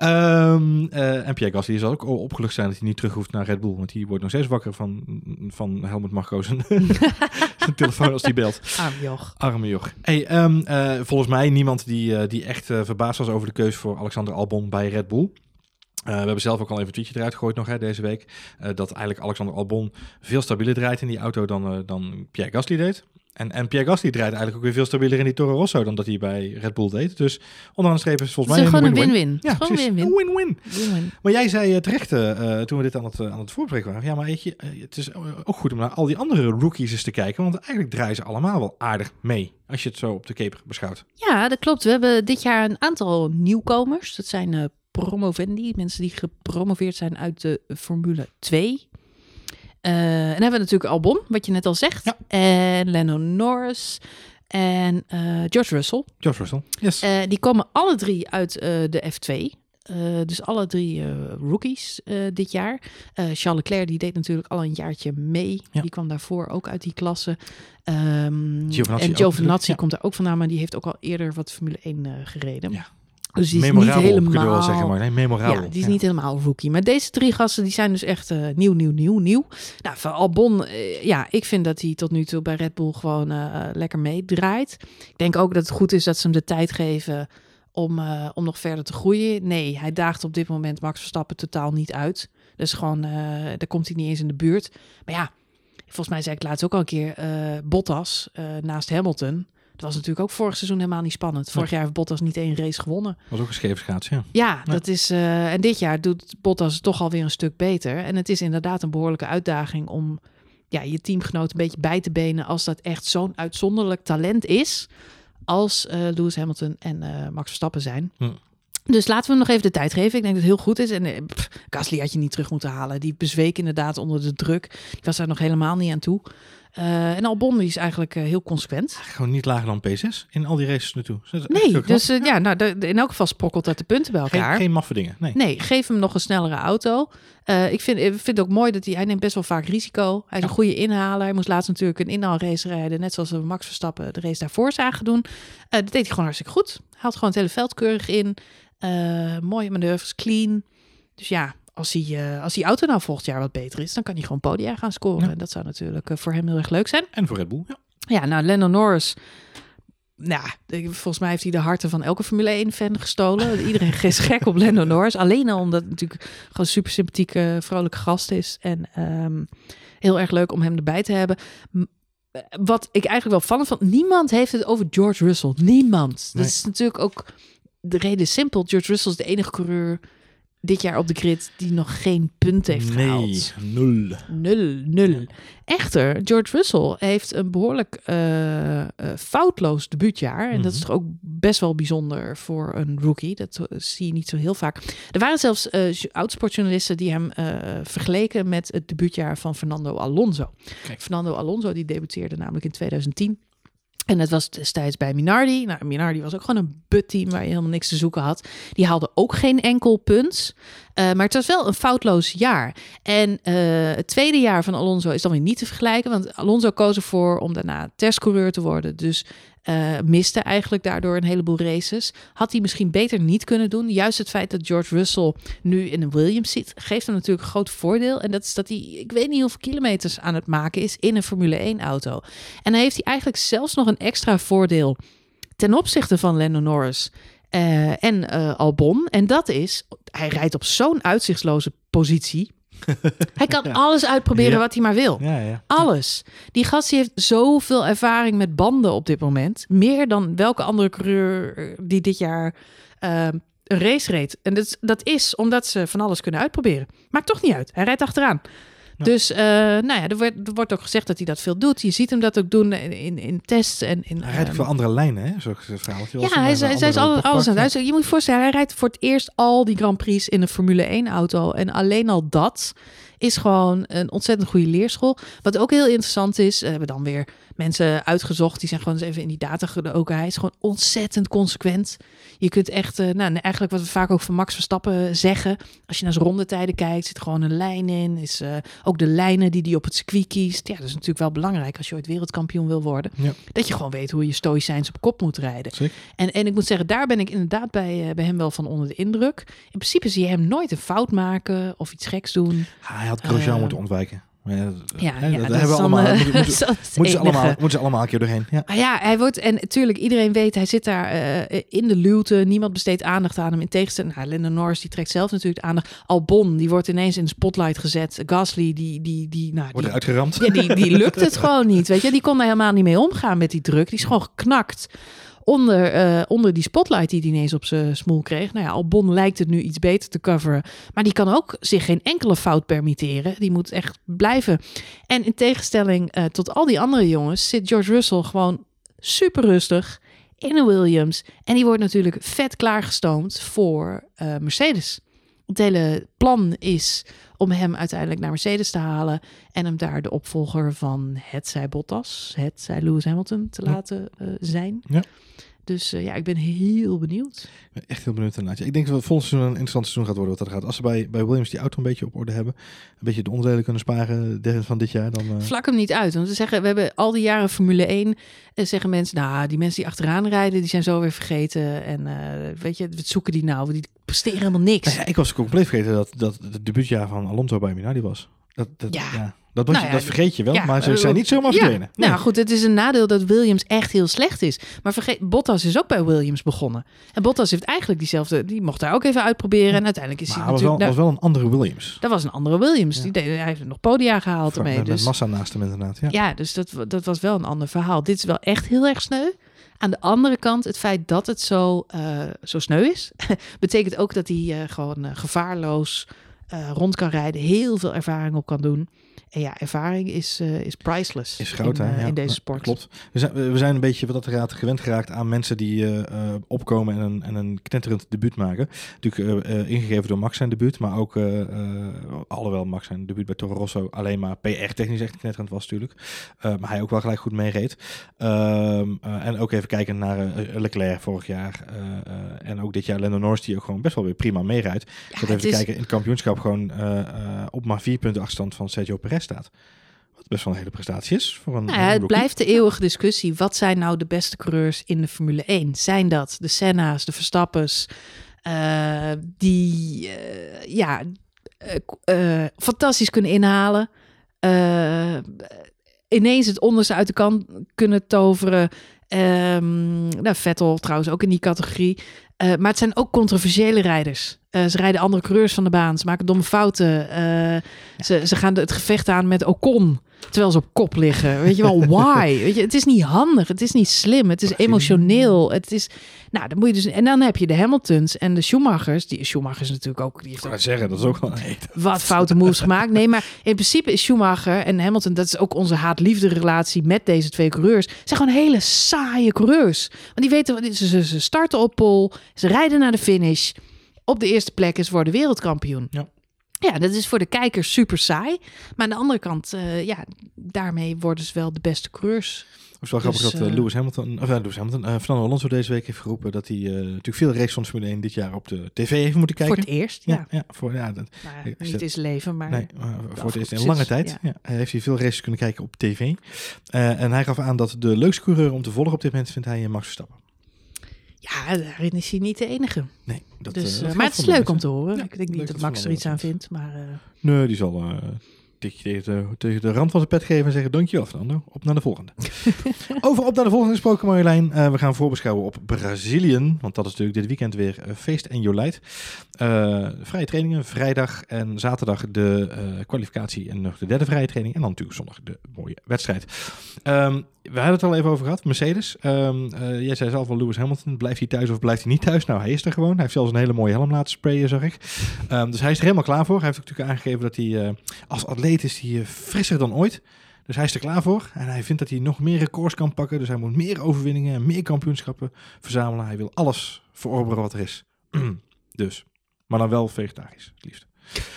Um, uh, en Pierre Gasly zal ook opgelucht zijn dat hij niet terug hoeft naar Red Bull. Want die wordt nog steeds wakker van, van Helmut Marko zijn telefoon als die belt. Arme joch. Arme joch. Hey, um, uh, volgens mij niemand die, uh, die echt uh, verbaasd was over de keuze voor Alexander Albon bij Red Bull. Uh, we hebben zelf ook al even een tweetje eruit gegooid nog hè, deze week. Uh, dat eigenlijk Alexander Albon veel stabieler draait in die auto dan, uh, dan Pierre Gasly deed. En, en Pierre Gasly draait eigenlijk ook weer veel stabieler in die Toro Rosso dan dat hij bij Red Bull deed. Dus onderaan de streep is volgens mij een een win-win. win-win. Ja, precies. win-win. Een win-win. Win-win. Maar jij zei uh, terecht uh, toen we dit aan het, uh, aan het voorbespreken waren. Ja, maar weet je, uh, het is ook goed om naar al die andere rookies eens te kijken. Want eigenlijk draaien ze allemaal wel aardig mee. Als je het zo op de keper beschouwt. Ja, dat klopt. We hebben dit jaar een aantal nieuwkomers. Dat zijn uh, promovendi, mensen die gepromoveerd zijn uit de Formule twee. Uh, en dan hebben we natuurlijk Albon, wat je net al zegt. Ja. En Lando Norris. En uh, George Russell. George Russell, yes. Uh, die komen alle drie uit uh, de F twee. Uh, dus alle drie uh, rookies uh, dit jaar. Uh, Charles Leclerc die deed natuurlijk al een jaartje mee. Ja. Die kwam daarvoor ook uit die klasse. Um, Giovinazzi en Giovinazzi ja. komt er ook vandaan, maar die heeft ook al eerder wat Formule één uh, gereden. Ja. Dus die is memorabel, niet helemaal... kun je wel zeggen, maar nee, memorabel. Ja, die is ja. niet helemaal rookie. Maar deze drie gasten, die zijn dus echt uh, nieuw, nieuw, nieuw, nieuw. Nou, van Albon, uh, ja, ik vind dat hij tot nu toe bij Red Bull gewoon uh, lekker meedraait. Ik denk ook dat het goed is dat ze hem de tijd geven om, uh, om nog verder te groeien. Nee, hij daagt op dit moment Max Verstappen totaal niet uit. Dus gewoon, uh, daar komt hij niet eens in de buurt. Maar ja, volgens mij zei ik laatst ook al een keer, uh, Bottas uh, naast Hamilton. Dat was natuurlijk ook vorig seizoen helemaal niet spannend. Vorig jaar heeft Bottas niet één race gewonnen. Was ook een scheepschaats, ja. Ja, ja. dat is. Uh, en dit jaar doet Bottas toch alweer een stuk beter. En het is inderdaad een behoorlijke uitdaging om ja, je teamgenoot een beetje bij te benen als dat echt zo'n uitzonderlijk talent is als uh, Lewis Hamilton en uh, Max Verstappen zijn. Hm. Dus laten we hem nog even de tijd geven. Ik denk dat het heel goed is. En pff, Gasly had je niet terug moeten halen. Die bezweek inderdaad onder de druk. Die was daar nog helemaal niet aan toe. Uh, en Albon die is eigenlijk uh, heel consequent. Gewoon niet lager dan P zes in al die races naartoe. Nee, dus uh, ja, nou, de, de, in elk geval sprokkelt dat de punten bij elkaar. Geen, geen maffe dingen, nee. Nee, geef hem nog een snellere auto. Uh, ik vind, ik vind het ook mooi dat hij, hij neemt best wel vaak risico. Hij is ja. een goede inhaler. Hij moest laatst natuurlijk een inhaalrace rijden. Net zoals we Max Verstappen de race daarvoor zagen doen. Uh, dat deed hij gewoon hartstikke goed. Hij haalt gewoon het hele veld keurig in. Uh, mooie manoeuvres, clean. Dus ja, als, hij, uh, als die auto nou volgend jaar wat beter is, dan kan hij gewoon podia gaan scoren. Ja. En dat zou natuurlijk uh, voor hem heel erg leuk zijn. En voor Red Bull, ja. Ja, nou, Lando Norris. Nou, volgens mij heeft hij de harten van elke Formule één-fan gestolen. Iedereen is gek op Lando Norris. Alleen al omdat het natuurlijk gewoon een super sympathieke, vrolijke gast is. En um, heel erg leuk om hem erbij te hebben. Wat ik eigenlijk wel vallend vond, niemand heeft het over George Russell. Niemand. Nee. Dat is natuurlijk ook de reden simpel. George Russell is de enige coureur dit jaar op de grid die nog geen punt heeft nee, gehaald. nul. Nul, nul. Echter, George Russell heeft een behoorlijk uh, uh, foutloos debuutjaar. En mm-hmm. dat is toch ook best wel bijzonder voor een rookie. Dat uh, zie je niet zo heel vaak. Er waren zelfs uh, oudsportjournalisten die hem uh, vergeleken met het debuutjaar van Fernando Alonso. Kijk. Fernando Alonso die debuteerde namelijk in tweeduizend tien. En dat was destijds bij Minardi. Nou, Minardi was ook gewoon een butt-team waar je helemaal niks te zoeken had. Die haalde ook geen enkel punt. Uh, maar het was wel een foutloos jaar. En uh, het tweede jaar van Alonso is dan weer niet te vergelijken. Want Alonso koos ervoor om daarna testcoureur te worden. Dus uh, miste eigenlijk daardoor een heleboel races. Had hij misschien beter niet kunnen doen. Juist het feit dat George Russell nu in een Williams zit, geeft hem natuurlijk een groot voordeel. En dat is dat hij, ik weet niet hoeveel kilometers aan het maken is in een Formule één-auto. En dan heeft hij eigenlijk zelfs nog een extra voordeel ten opzichte van Lando Norris uh, en uh, Albon. En dat is, hij rijdt op zo'n uitzichtsloze positie. Hij kan ja. alles uitproberen ja. wat hij maar wil. Ja, ja. Alles. Die gast die heeft zoveel ervaring met banden op dit moment. Meer dan welke andere coureur die dit jaar uh, een race reed. En dat, dat is omdat ze van alles kunnen uitproberen. Maakt toch niet uit. Hij rijdt achteraan. Ja. Dus uh, nou ja, er wordt, er wordt ook gezegd dat hij dat veel doet. Je ziet hem dat ook doen in, in, in tests. En in, hij rijdt ook um, veel andere lijnen, hè? Zo'n verhaal. Ja, hij is, hij is alles, alles aan het uit. Je moet je voorstellen, hij rijdt voor het eerst al die Grand Prix in een Formule één auto. En alleen al dat is gewoon een ontzettend goede leerschool. Wat ook heel interessant is, we hebben dan weer mensen uitgezocht. Die zijn gewoon eens even in die data gedoken. Hij is gewoon ontzettend consequent. Je kunt echt, uh, nou eigenlijk wat we vaak ook van Max Verstappen zeggen. Als je naar zijn rondetijden kijkt, zit gewoon een lijn in. Is uh, ook de lijnen die hij op het circuit kiest. Ja, dat is natuurlijk wel belangrijk als je ooit wereldkampioen wil worden. Ja. Dat je gewoon weet hoe je stoïcijns op kop moet rijden. En, en ik moet zeggen, daar ben ik inderdaad bij, uh, bij hem wel van onder de indruk. In principe zie je hem nooit een fout maken of iets geks doen. Ah, hij had Grosjean uh, moeten ontwijken. Ja, ja, ja, ja, dat, dat hebben we dan, allemaal. Uh, moeten, moeten, moeten, ze allemaal moeten ze allemaal een keer doorheen. Ja, ah, ja hij wordt, en natuurlijk, iedereen weet, hij zit daar uh, in de luwte. Niemand besteedt aandacht aan hem. In tegenstelling, nou, Lando Norris, die trekt zelf natuurlijk aandacht. Albon, die wordt ineens in de spotlight gezet. Gasly, die... die, die nou, wordt die, eruit geramd. Ja, die, die lukt het gewoon niet, weet je. Die kon daar helemaal niet mee omgaan met die druk. Die is gewoon geknakt. Onder, uh, onder die spotlight die hij ineens op zijn smoel kreeg. Nou ja, Albon lijkt het nu iets beter te coveren. Maar die kan ook zich geen enkele fout permitteren. Die moet echt blijven. En in tegenstelling uh, tot al die andere jongens zit George Russell gewoon super rustig in een Williams. En die wordt natuurlijk vet klaargestoomd voor uh, Mercedes. Het hele plan is om hem uiteindelijk naar Mercedes te halen en hem daar de opvolger van hetzij Bottas, hetzij Lewis Hamilton te ja. laten uh, zijn. Ja. Dus uh, ja, ik ben heel benieuwd. Ik ben echt heel benieuwd inderdaad. Ik denk dat het volgend seizoen een interessant seizoen gaat worden wat dat gaat. Als ze bij, bij Williams die auto een beetje op orde hebben, een beetje de onderdelen kunnen sparen de, van dit jaar, dan... Uh... Vlak hem niet uit. Want we zeggen, we hebben al die jaren Formule één, en zeggen mensen, nou, die mensen die achteraan rijden, die zijn zo weer vergeten. En uh, weet je, wat zoeken die nou? Die presteren helemaal niks. Nou ja, ik was compleet vergeten dat, dat het debuutjaar van Alonso bij Minardi was. Dat, dat, ja. ja. Dat, nou je, ja, dat vergeet je wel, ja, maar ze zijn niet zomaar verdwenen. Ja, nee. Nou goed, het is een nadeel dat Williams echt heel slecht is. Maar vergeet, Bottas is ook bij Williams begonnen. En Bottas heeft eigenlijk diezelfde, die mocht daar ook even uitproberen. En uiteindelijk is maar hij was natuurlijk... Dat was wel een andere Williams. Dat was een andere Williams. Ja. Die deed, hij heeft nog podia gehaald ermee. Met, dus, met massa naast hem inderdaad. Ja, ja dus dat, dat was wel een ander verhaal. Dit is wel echt heel erg sneu. Aan de andere kant, het feit dat het zo, uh, zo sneu is, betekent ook dat hij uh, gewoon uh, gevaarloos uh, rond kan rijden. Heel veel ervaring op kan doen. En ja, ervaring is, uh, is priceless is groot, in, uh, hè? Ja, in deze sport. Klopt. We zijn, we zijn een beetje wat dat raad gewend geraakt aan mensen die uh, uh, opkomen en een, en een knetterend debuut maken. Natuurlijk uh, uh, ingegeven door Max zijn debuut, maar ook, uh, uh, alhoewel Max zijn debuut bij Toro Rosso alleen maar P R-technisch echt knetterend was natuurlijk. Uh, maar hij ook wel gelijk goed meereed. Uh, uh, en ook even kijken naar uh, Leclerc vorig jaar. Uh, uh, en ook dit jaar Lando Norris die ook gewoon best wel weer prima meerijdt. Ik zat Ja, even is... kijken in het kampioenschap gewoon uh, uh, op maar vier punten achterstand van Sergio Perez staat. Wat best wel een hele prestatie is. Voor een, nou ja, het blijft de eeuwige discussie. Wat zijn nou de beste coureurs in de Formule één? Zijn dat de Senna's, de Verstappens, uh, die uh, ja, uh, uh, fantastisch kunnen inhalen? Uh, ineens het onderste uit de kan kunnen toveren. Um, nou, Vettel trouwens ook in die categorie. Uh, maar het zijn ook controversiële rijders. Uh, ze rijden andere coureurs van de baan. Ze maken domme fouten. Uh, ja. ze, ze gaan het gevecht aan met Ocon. Terwijl ze op kop liggen. Weet je wel, why? Weet je, het is niet handig. Het is niet slim. Het is emotioneel. Het is... Nou, dan moet je dus... En dan heb je de Hamiltons en de Schumachers. Die Schumachers natuurlijk ook... Die heeft ik ook zeggen, dat is ook wel... Nee, wat foute moves gemaakt. Nee, maar in principe is Schumacher en Hamilton... Dat is ook onze haat-liefde relatie met deze twee coureurs. Zijn gewoon hele saaie coureurs. Want die weten... Ze, ze starten op pole. Ze rijden naar de finish. Op de eerste plek is worden wereldkampioen. Ja. Ja, dat is voor de kijkers super saai. Maar aan de andere kant, uh, ja, daarmee worden ze wel de beste coureurs. Het is wel grappig dus, dat uh, Lewis Hamilton, of uh, Lewis Hamilton, uh, Fernando Alonso deze week heeft geroepen dat hij uh, natuurlijk veel races van Formule één dit jaar op de tv heeft moeten kijken. Voor het eerst, ja. Ja, ja, voor, ja dat, nou ja, niet dat, is leven, maar... Nee, uh, voor het eerst in lange tijd ja. Ja, heeft hij veel races kunnen kijken op tv. Uh, en hij gaf aan dat de leukste coureur om te volgen op dit moment vindt hij Max Verstappen. Ja, daarin is hij niet de enige. Nee, dat, dus, uh, dat maar het is leuk mensen. Om te horen. Ja, ik denk niet dat Max er iets aan vindt, maar... Uh... Nee, die zal uh, tikje tegen de, tegen de rand van zijn pet geven en zeggen... Dankjewel, Fernando. Op naar de volgende. Over op naar de volgende gesproken, Marjolein. Uh, we gaan voorbeschouwen op Brazilië. Want dat is natuurlijk dit weekend weer uh, feest en jolijt. Uh, vrije trainingen, vrijdag en zaterdag de uh, kwalificatie en nog de derde vrije training. En dan natuurlijk zondag de mooie wedstrijd. Um, we hadden het al even over gehad. Mercedes. Um, uh, jij zei zelf al, Lewis Hamilton. Blijft hij thuis of blijft hij niet thuis? Nou, hij is er gewoon. Hij heeft zelfs een hele mooie helm laten sprayen, zag ik. Um, dus hij is er helemaal klaar voor. Hij heeft ook natuurlijk aangegeven dat hij uh, als atleet is hij, uh, frisser dan ooit. Dus hij is er klaar voor. En hij vindt dat hij nog meer records kan pakken. Dus hij moet meer overwinningen en meer kampioenschappen verzamelen. Hij wil alles verorberen wat er is. Dus. Maar dan wel vegetarisch, het liefst.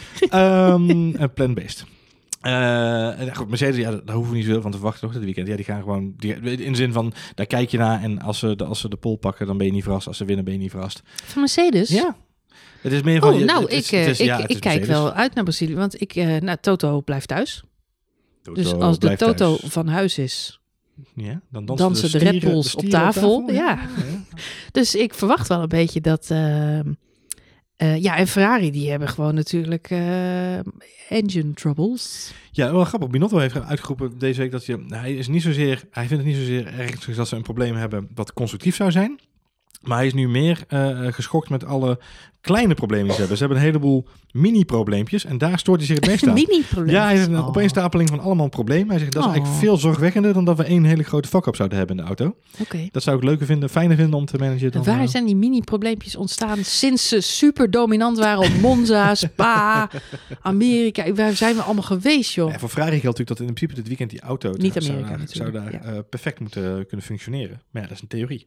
um, en plant-based. Uh, goed, Mercedes, ja, daar hoeven we niet zoveel van te verwachten, toch? Dit weekend. Ja, die gaan gewoon... Die, in de zin van, daar kijk je naar en als ze, de, als ze de pole pakken, dan ben je niet verrast. Als ze winnen, ben je niet verrast. Van Mercedes? Ja. Het is meer van... Oh, nou, het is, ik, het is, ik, ja, het ik is kijk Mercedes. wel uit naar Brazilië. Want ik, uh, nou, Toto blijft thuis. Toto Dus als de Toto thuis. van huis is, Ja, dan dansen, dansen de, de, Red stieren, Bulls de op stieren tafel. op tafel. Ja. Ja. Dus ik verwacht wel een beetje dat... Uh, uh, ja, en Ferrari, die hebben gewoon natuurlijk uh, engine troubles. Ja, wel grappig. Binotto heeft uitgeroepen deze week dat je, hij is niet zozeer, hij vindt het niet zozeer ergens dat ze een probleem hebben wat constructief zou zijn. Maar hij is nu meer uh, geschokt met alle kleine problemen die ze hebben. Ze hebben een heleboel mini-probleempjes en daar stoort hij zich het meest aan. Mini-probleem? Ja, hij is een oh. opeenstapeling van allemaal problemen. Hij zegt dat is oh. eigenlijk veel zorgwekkender dan dat we één hele grote fuck-up zouden hebben in de auto. Okay. Dat zou ik leuker vinden, fijner vinden om te managen. Dan, Waar uh... zijn die mini-probleempjes ontstaan sinds ze super dominant waren op Monza, Spa, Amerika? Waar zijn we allemaal geweest, joh? Ja, voor Ferrari geldt natuurlijk dat in principe dit weekend die auto Niet zou Amerika, daar, zou daar ja. uh, perfect moeten kunnen functioneren. Maar ja, dat is een theorie.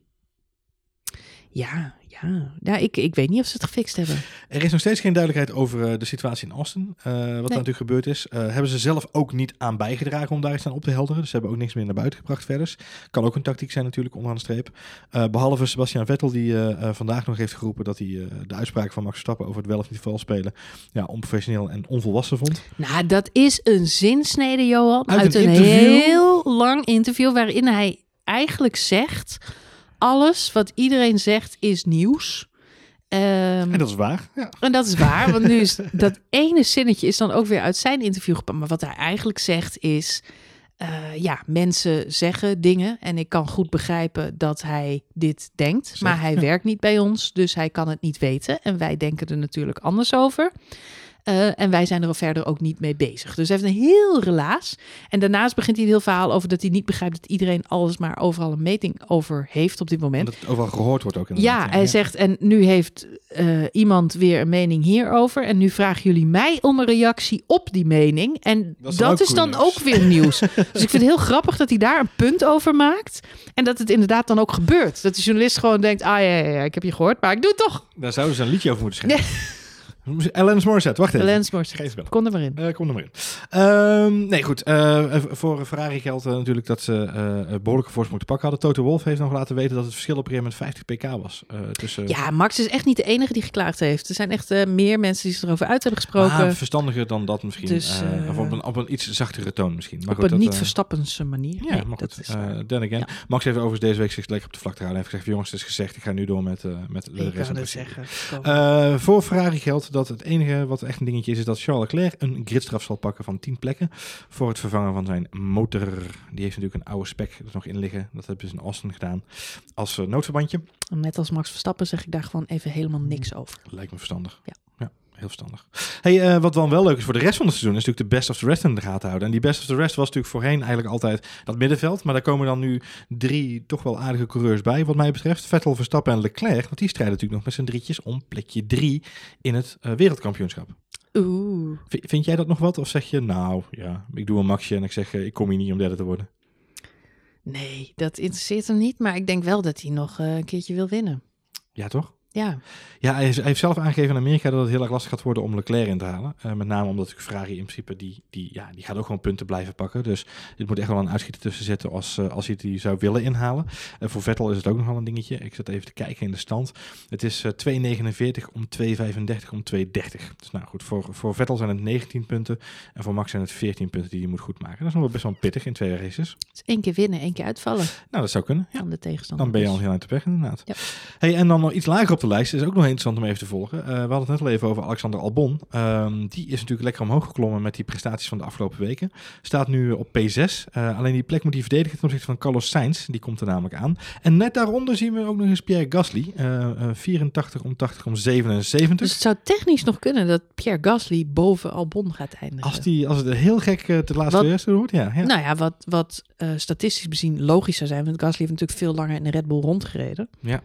Ja, ja. ja ik, ik weet niet of ze het gefixt hebben. Er is nog steeds geen duidelijkheid over uh, de situatie in Austin. Uh, wat nee. er natuurlijk gebeurd is. Uh, hebben ze zelf ook niet aan bijgedragen om daar iets aan op te helderen. Dus ze hebben ook niks meer naar buiten gebracht verder. Kan ook een tactiek zijn natuurlijk, onderaan de streep. Uh, behalve Sebastian Vettel die uh, uh, vandaag nog heeft geroepen dat hij uh, de uitspraak van Max Verstappen over het wel of niet vals spelen ja, onprofessioneel en onvolwassen vond. Nou, dat is een zinsnede, Johan. Uit, uit een, een interview? heel lang interview waarin hij eigenlijk zegt... alles wat iedereen zegt is nieuws. Um, en dat is waar. Ja. En dat is waar, want nu is dat ene zinnetje is dan ook weer uit zijn interview gepakt. Maar wat hij eigenlijk zegt is... Uh, ja, mensen zeggen dingen en ik kan goed begrijpen dat hij dit denkt. Zeg, maar hij ja. werkt niet bij ons, dus hij kan het niet weten. En wij denken er natuurlijk anders over. Uh, en wij zijn er verder ook niet mee bezig. Dus hij heeft een heel relaas. En daarnaast begint hij een heel verhaal over dat hij niet begrijpt dat iedereen alles maar overal een meting over heeft op dit moment. Dat het overal gehoord wordt ook. Ja, ja, hij ja. zegt, en nu heeft uh, iemand weer een mening hierover. En nu vragen jullie mij om een reactie op die mening. En dat is, dat is dan nieuws. ook weer nieuws. Dus ik vind het heel grappig dat hij daar een punt over maakt. En dat het inderdaad dan ook gebeurt. Dat de journalist gewoon denkt, ah ja, ja, ja ik heb je gehoord, maar ik doe het toch. Daar zouden ze een liedje over moeten schrijven. Nee. Alanis Morissette, wacht even. Alanis Morissette, kom er maar in. Uh, kom er maar in. Um, nee, goed. Uh, voor Ferrari geldt uh, natuurlijk dat ze uh, een behoorlijke voorsprong te pakken hadden. Toto Wolff heeft nog laten weten dat het verschil op een gegeven moment vijftig pk was. Uh, tussen... Ja, Max is echt niet de enige die geklaagd heeft. Er zijn echt uh, meer mensen die erover uit hebben gesproken. Ah, verstandiger dan dat misschien. Dus, uh, uh, of op een, op een iets zachtere toon misschien. Maar op goed, een dat, niet uh, verstappense manier. Ja, nee, maar dat goed. is uh, then again. Ja. Max heeft overigens deze week zich lekker op de vlakte gehouden. Hij heeft gezegd, jongens, het is gezegd. Ik ga nu door met, uh, met de ik rest van het zeggen. Uh, voor Ferrari geldt dat het enige wat echt een dingetje is, is dat Charles Leclerc een gridstraf zal pakken van tien plekken voor het vervangen van zijn motor. Die heeft natuurlijk een oude spec er nog in liggen. Dat hebben ze in Austin gedaan als uh, noodverbandje. Net als Max Verstappen zeg ik daar gewoon even helemaal niks over. Lijkt me verstandig. Ja. Ja. Heel verstandig. Hey, uh, wat dan wel leuk is voor de rest van het seizoen, is natuurlijk de best of the rest in de gaten houden. En die best of the rest was natuurlijk voorheen eigenlijk altijd dat middenveld. Maar daar komen dan nu drie toch wel aardige coureurs bij, wat mij betreft. Vettel, Verstappen en Leclerc. Want die strijden natuurlijk nog met z'n drietjes om plekje drie in het uh, wereldkampioenschap. Oeh. V- vind jij dat nog wat? Of zeg je, nou ja, ik doe een maxje en ik zeg, uh, ik kom hier niet om derde te worden? Nee, dat interesseert hem niet. Maar ik denk wel dat hij nog uh, een keertje wil winnen. Ja, toch? Ja. Ja, hij heeft zelf aangegeven in Amerika dat het heel erg lastig gaat worden om Leclerc in te halen. Uh, met name omdat Ferrari in principe, die, die, ja, die gaat ook gewoon punten blijven pakken. Dus dit moet echt wel een uitschieter tussen zitten als, uh, als hij die zou willen inhalen. Uh, voor Vettel is het ook nog wel een dingetje. Ik zat even te kijken in de stand. Het is uh, twee negenenveertig om twee vijfendertig om twee dertig. Dus nou goed, voor, voor Vettel zijn het negentien punten. En voor Max zijn het veertien punten die hij moet goed maken. Dat is nog wel best wel pittig in twee races. Dus één keer winnen, één keer uitvallen. Nou, dat zou kunnen. Ja. Van de tegenstander. Dan ben je al heel eind op weg inderdaad. Ja. Hey, en dan nog iets lager op de de lijst. Is ook nog interessant om even te volgen. Uh, we hadden het net al even over Alexander Albon. Um, die is natuurlijk lekker omhoog geklommen met die prestaties van de afgelopen weken. Staat nu op P zes. Uh, alleen die plek moet hij verdedigen ten opzichte van Carlos Sainz. Die komt er namelijk aan. En net daaronder zien we ook nog eens Pierre Gasly. Uh, uh, vierentachtig om tachtig om zevenenzeventig. Dus het zou technisch nog kunnen dat Pierre Gasly boven Albon gaat eindigen. Als, die, als het heel gek uh, te laatste eerste wordt, ja, ja. Nou ja, wat, wat uh, statistisch bezien logisch zou zijn. Want Gasly heeft natuurlijk veel langer in de Red Bull rondgereden. Ja.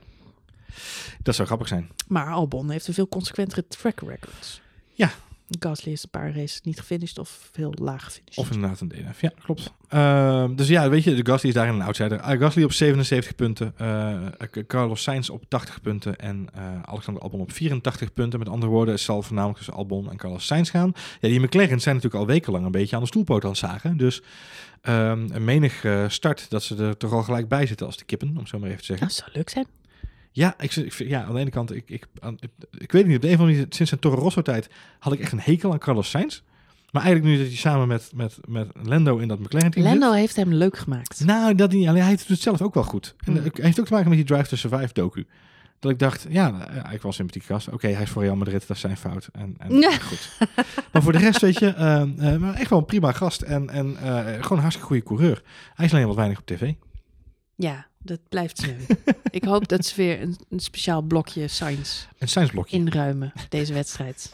Dat zou grappig zijn. Maar Albon heeft een veel consequentere track records. Ja. Gasly is een paar races niet gefinished of heel laag gefinished. Of inderdaad een D N F, ja, klopt. Uh, dus ja, weet je, de Gasly is daarin een outsider. Uh, Gasly op zevenenzeventig punten, uh, Carlos Sainz op tachtig punten en uh, Alexander Albon op vierentachtig punten. Met andere woorden, het zal voornamelijk tussen Albon en Carlos Sainz gaan. Ja, die McLaren's zijn natuurlijk al wekenlang een beetje aan de stoelpoot aan het zagen. Dus uh, een menig uh, start dat ze er toch al gelijk bij zitten als de kippen, om zo maar even te zeggen. Dat zou leuk zijn. Ja, ik, ik, ja, aan de ene kant, ik, ik, ik, ik weet het niet, op de een of andere manier, sinds zijn Toro Rosso tijd had ik echt een hekel aan Carlos Sainz. Maar eigenlijk nu dat hij samen met, met, met Lando in dat McLaren team Lando zit, heeft hem leuk gemaakt. Nou, dat niet. Alleen hij doet het zelf ook wel goed. En Mm. het heeft ook te maken met die Drive to Survive docu. Dat ik dacht, ja, ja ik was sympathiek gast. Oké, okay, hij is voor Real Madrid, dat is zijn fout. En, en Ja. goed. Maar voor de rest, weet je, uh, uh, maar echt wel een prima gast. En, en uh, gewoon een hartstikke goede coureur. Hij is alleen wat weinig op tv. Ja, dat blijft sneu. Ik hoop dat ze weer een, een speciaal blokje Sainz Een Sainz-blokje. inruimen, deze wedstrijd.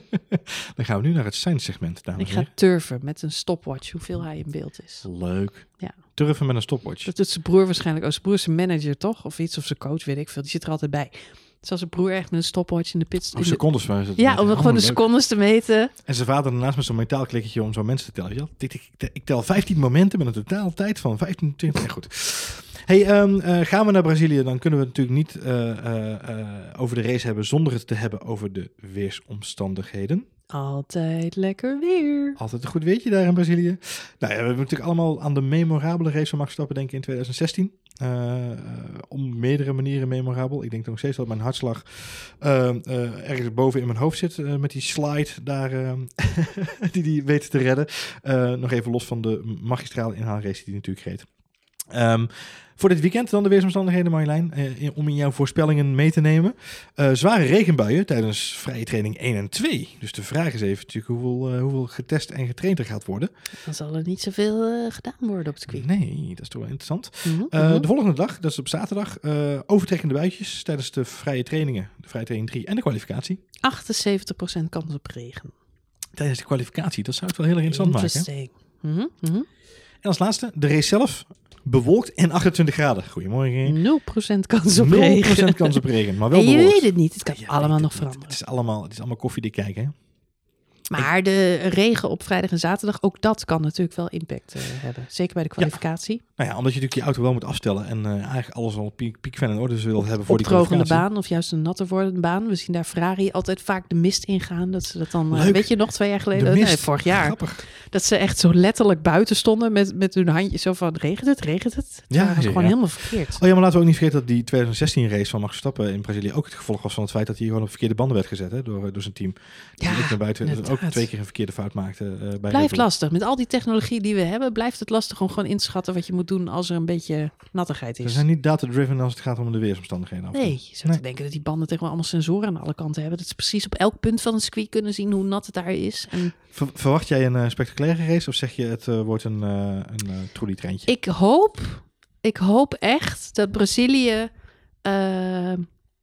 Dan gaan we nu naar het Sainz-segment, dames Ik en ga heren. turven met een stopwatch, hoeveel hij in beeld is. Leuk. Ja. Turven met een stopwatch. Dat doet zijn broer waarschijnlijk. Oh, zijn broer is een manager, toch? Of iets, of zijn coach, weet ik veel. Die zit er altijd bij. Dus als zijn broer echt met een stopwatch in de pit... Of in de- secondes. Waar ze het Ja, meten. om dan Oh, gewoon de leuk. secondes te meten. En zijn vader daarnaast met zo'n metaalklikkertje om zo mensen te tellen. Weet je wel? Tik, tik, tik, ik tel vijftien momenten met een totaal tijd van vijftien, twintig. Ja, goed. Hey, um, uh, gaan we naar Brazilië, dan kunnen we het natuurlijk niet uh, uh, uh, over de race hebben zonder het te hebben over de weersomstandigheden. Altijd lekker weer. Altijd een goed weertje daar in Brazilië. Nou ja, we hebben natuurlijk allemaal aan de memorabele race van Max Verstappen denken in twintig zestien. Uh, uh, om meerdere manieren memorabel. Ik denk nog steeds dat mijn hartslag uh, uh, ergens boven in mijn hoofd zit. Uh, met die slide daar uh, die die weet te redden. Uh, nog even los van de magistrale inhaalrace die hij natuurlijk reed. Um, voor dit weekend dan de weersomstandigheden, Marjolein, uh, om in jouw voorspellingen mee te nemen. Uh, zware regenbuien tijdens vrije training één en twee. Dus de vraag is even natuurlijk hoeveel, uh, hoeveel getest en getraind er gaat worden. Dan zal er niet zoveel uh, gedaan worden op het circuit. Nee, dat is toch wel interessant. Mm-hmm. Uh, de volgende dag, dat is op zaterdag, uh, overtrekkende buitjes tijdens de vrije trainingen. De vrije training drie en de kwalificatie. achtenzeventig procent kans op regen. Tijdens de kwalificatie, dat zou het wel heel erg interessant maken. Hè? Interesting. Mm-hmm. Mm-hmm. En als laatste, de race zelf. Bewolkt en achtentwintig graden. Goedemorgen. nul procent kans op nul procent regen. kans op regen, maar wel En je bewolkt. weet het niet. Het kan Ja, allemaal ik- nog het- veranderen. Het is allemaal, het is allemaal koffiedik kijken, hè? Maar de regen op vrijdag en zaterdag, ook dat kan natuurlijk wel impact uh, hebben. Zeker bij de kwalificatie. Nou ja, omdat je natuurlijk je auto wel moet afstellen en uh, eigenlijk alles al piek, piekfijn in orde wil hebben voor die Opdrogende kwalificatie. baan of juist een natte wordende baan. We zien daar Ferrari altijd vaak de mist ingaan. Dat ze dat dan, uh, Leuk. weet je nog, twee jaar geleden? De Oh, mist. Nee, vorig jaar. Grappig. Dat ze echt zo letterlijk buiten stonden met, met hun handjes zo van, regent het, regent het? Ja, dat was ja, gewoon ja. helemaal verkeerd. Oh ja, maar laten we ook niet vergeten dat die twintig zestien race van Max Verstappen in Brazilië ook het gevolg was van het feit dat hij gewoon op verkeerde banden werd gezet, hè, door, door zijn team. Ja, Dus ook naar buiten ook inderdaad. twee keer een verkeerde fout maakte. Uh, bij Red Blijft Bull. lastig. Met al die technologie die we hebben, blijft het lastig om gewoon inschatten wat je moet doen als er een beetje nattigheid Ze is. zijn niet data-driven als het gaat om de weersomstandigheden. af en toe. Nee, je zou Nee. te denken dat die banden tegen allemaal sensoren aan alle kanten hebben. Dat ze precies op elk punt van het circuit kunnen zien hoe nat het daar is. En Ver- verwacht jij een uh, spectaculaire race of zeg je het uh, wordt een, uh, een uh, trolley-treintje? ik hoop, ik hoop echt dat Brazilië uh,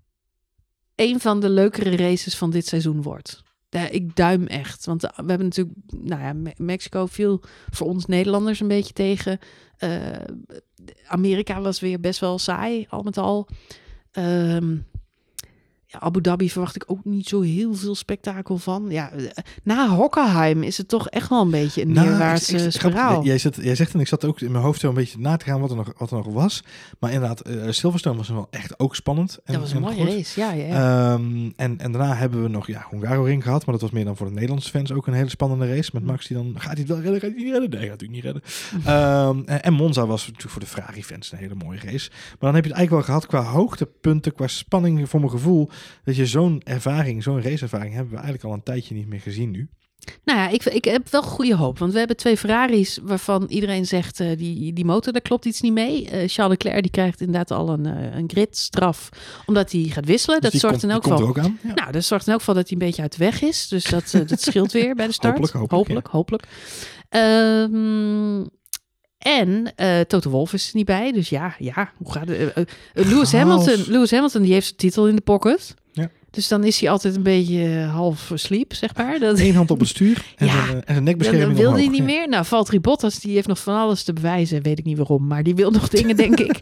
een van de leukere races van dit seizoen wordt. Ja, ik duim echt. Want we hebben natuurlijk, nou ja, Me- Mexico viel voor ons Nederlanders een beetje tegen. Uh, Amerika was weer best wel saai, al met al. Um, ja, Abu Dhabi verwacht ik ook niet zo heel veel spektakel van. Ja, uh, na Hockenheim is het toch echt wel een beetje een Nou, neerwaartse ik- ik- spiraal. grappig, Jij, zit, jij zegt en ik zat ook in mijn hoofd zo een beetje na te gaan wat er nog, wat er nog was. Maar inderdaad, uh, Silverstone was wel echt ook spannend. En, dat was een en mooie goed. race, ja. ja, ja. Um, en, en daarna hebben we nog ja, Hungaroring gehad, maar dat was meer dan voor de Nederlandse fans ook een hele spannende race. Met Max die dan, gaat hij het wel redden, gaat hij het niet redden? Nee, gaat hij het niet redden. um, en, en Monza was natuurlijk voor de Ferrari-fans een hele mooie race. Maar dan heb je het eigenlijk wel gehad qua hoogtepunten, qua spanning voor mijn gevoel, dat je zo'n ervaring, zo'n raceervaring hebben we eigenlijk al een tijdje niet meer gezien nu. Nou ja, ik, ik heb wel goede hoop. Want we hebben twee Ferraris waarvan iedereen zegt... Uh, die, die motor, daar klopt iets niet mee. Uh, Charles Leclerc die krijgt inderdaad al een, uh, een gridstraf. Omdat hij gaat wisselen. Dus dat zorgt komt, in elk geval... ook aan. Ja. Nou, dat zorgt in elk geval dat hij een beetje uit de weg is. Dus dat, uh, dat scheelt weer bij de start. Hopelijk, hopelijk. Hopelijk, ja. hopelijk. Um, en uh, Toto Wolff is er niet bij. Dus ja, ja hoe gaat het? Uh, uh, Lewis, Hamilton, Lewis Hamilton die heeft zijn titel in de pocket. Ja. Dus dan is hij altijd een beetje half asleep, zeg maar. Dat... Eén hand op het stuur en, ja, zijn, en zijn nekbescherming dan wil omhoog. hij niet ja. meer. Nou, Valtteri Bottas, die heeft nog van alles te bewijzen. Weet ik niet waarom, maar die wil nog dingen, denk ik.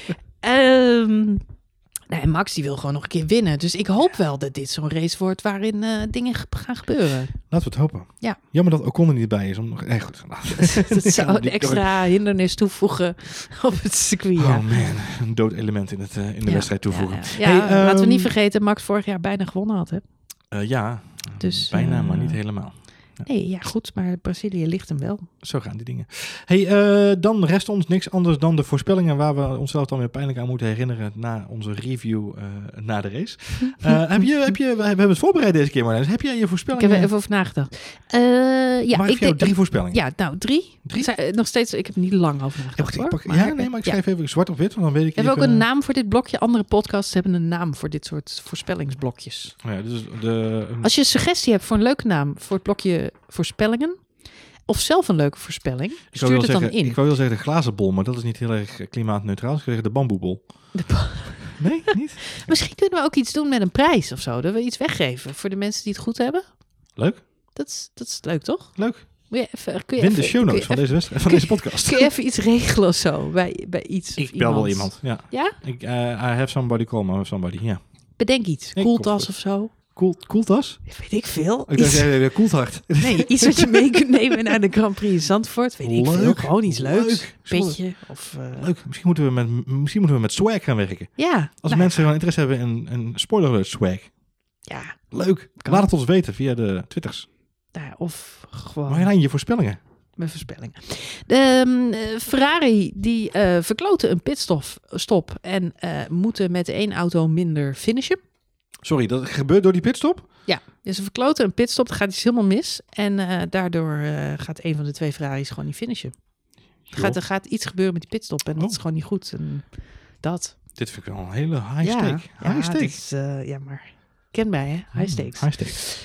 Um, nee, Max, die wil gewoon nog een keer winnen. Dus ik hoop wel dat dit zo'n race wordt waarin uh, dingen gaan gebeuren. Laten we het hopen. Ja. Jammer dat Ocon er niet bij is. Om nog... Nee, goed. Dat zou een extra hindernis toevoegen op het circuit. Oh man, een dood element in, het, uh, in de ja, wedstrijd toevoegen. Ja, ja. ja hey, laten um, we niet vergeten, Max vorig jaar bijna gewonnen had, hè? Uh, ja, dus, bijna, uh, maar niet helemaal. Ja. Nee, ja goed, maar Brazilië ligt hem wel. Zo gaan die dingen. Hey, uh, dan rest ons niks anders dan de voorspellingen waar we onszelf dan weer pijnlijk aan moeten herinneren na onze review uh, na de race. Uh, heb je, heb je, we hebben het voorbereid deze keer, maar heb jij je voorspellingen? Ik heb er even over nagedacht. Uh, ja, maar ik heb drie voorspellingen. Ja, nou drie. drie? Zij, nog steeds, ik heb er niet lang over nagedacht. Ja, hoor, pak, maar, ja nee, maar ik schrijf ja. even zwart op wit, want dan weet ik. Hebben we even... ook een naam voor dit blokje? Andere podcasts hebben een naam voor dit soort voorspellingsblokjes. Oh ja, dus de, um... Als je een suggestie hebt voor een leuke naam voor het blokje voorspellingen, of zelf een leuke voorspelling, stuur het zeggen, dan in. Ik wou wel zeggen de glazen bol, maar dat is niet heel erg klimaatneutraal. Ik zou zeggen de bamboebol. De ba- nee, niet? Misschien kunnen we ook iets doen met een prijs of zo. Dat we iets weggeven voor de mensen die het goed hebben. Leuk. Dat is, dat is leuk, toch? Leuk. Kun je even, kun je Win even, de show notes van, even, deze, wedstrijd, van deze podcast. Kun je even iets regelen of zo? Bij, bij iets Ik of bel iemand. wel iemand, ja. Ja? Ik, uh, I have somebody call me, I have somebody, ja. Bedenk iets. Koeltas of zo. Cool, koeltas? Weet ik veel. Ik dacht, ja, koelthart. Nee, iets wat je mee kunt nemen naar de Grand Prix in Zandvoort. Weet ik leuk, veel. Gewoon iets leuks. Leuk. Petje. Of, uh... Leuk. Misschien moeten, we met, misschien moeten we met swag gaan werken. Ja. Als nou, mensen gewoon interesse hebben in een spoiler alert swag. Ja. Leuk. Kan. Laat het ons weten via de Twitters. Nou, of gewoon... Marjolein, je voorspellingen. Mijn voorspellingen. De uh, Ferrari die uh, verkloten een pitstop stop en uh, moeten met één auto minder finishen. Sorry, dat gebeurt door die pitstop? Ja, dus ze verkloten een pitstop, dan gaat iets helemaal mis. En uh, daardoor uh, gaat een van de twee Ferraris gewoon niet finishen. Er gaat, er gaat iets gebeuren met die pitstop en dat oh. is gewoon niet goed. En dat. Dit vind ik wel een hele high ja, stake. High ja, stake. Is, uh, ja, maar ken mij, hè? High stakes. Hmm, high stakes.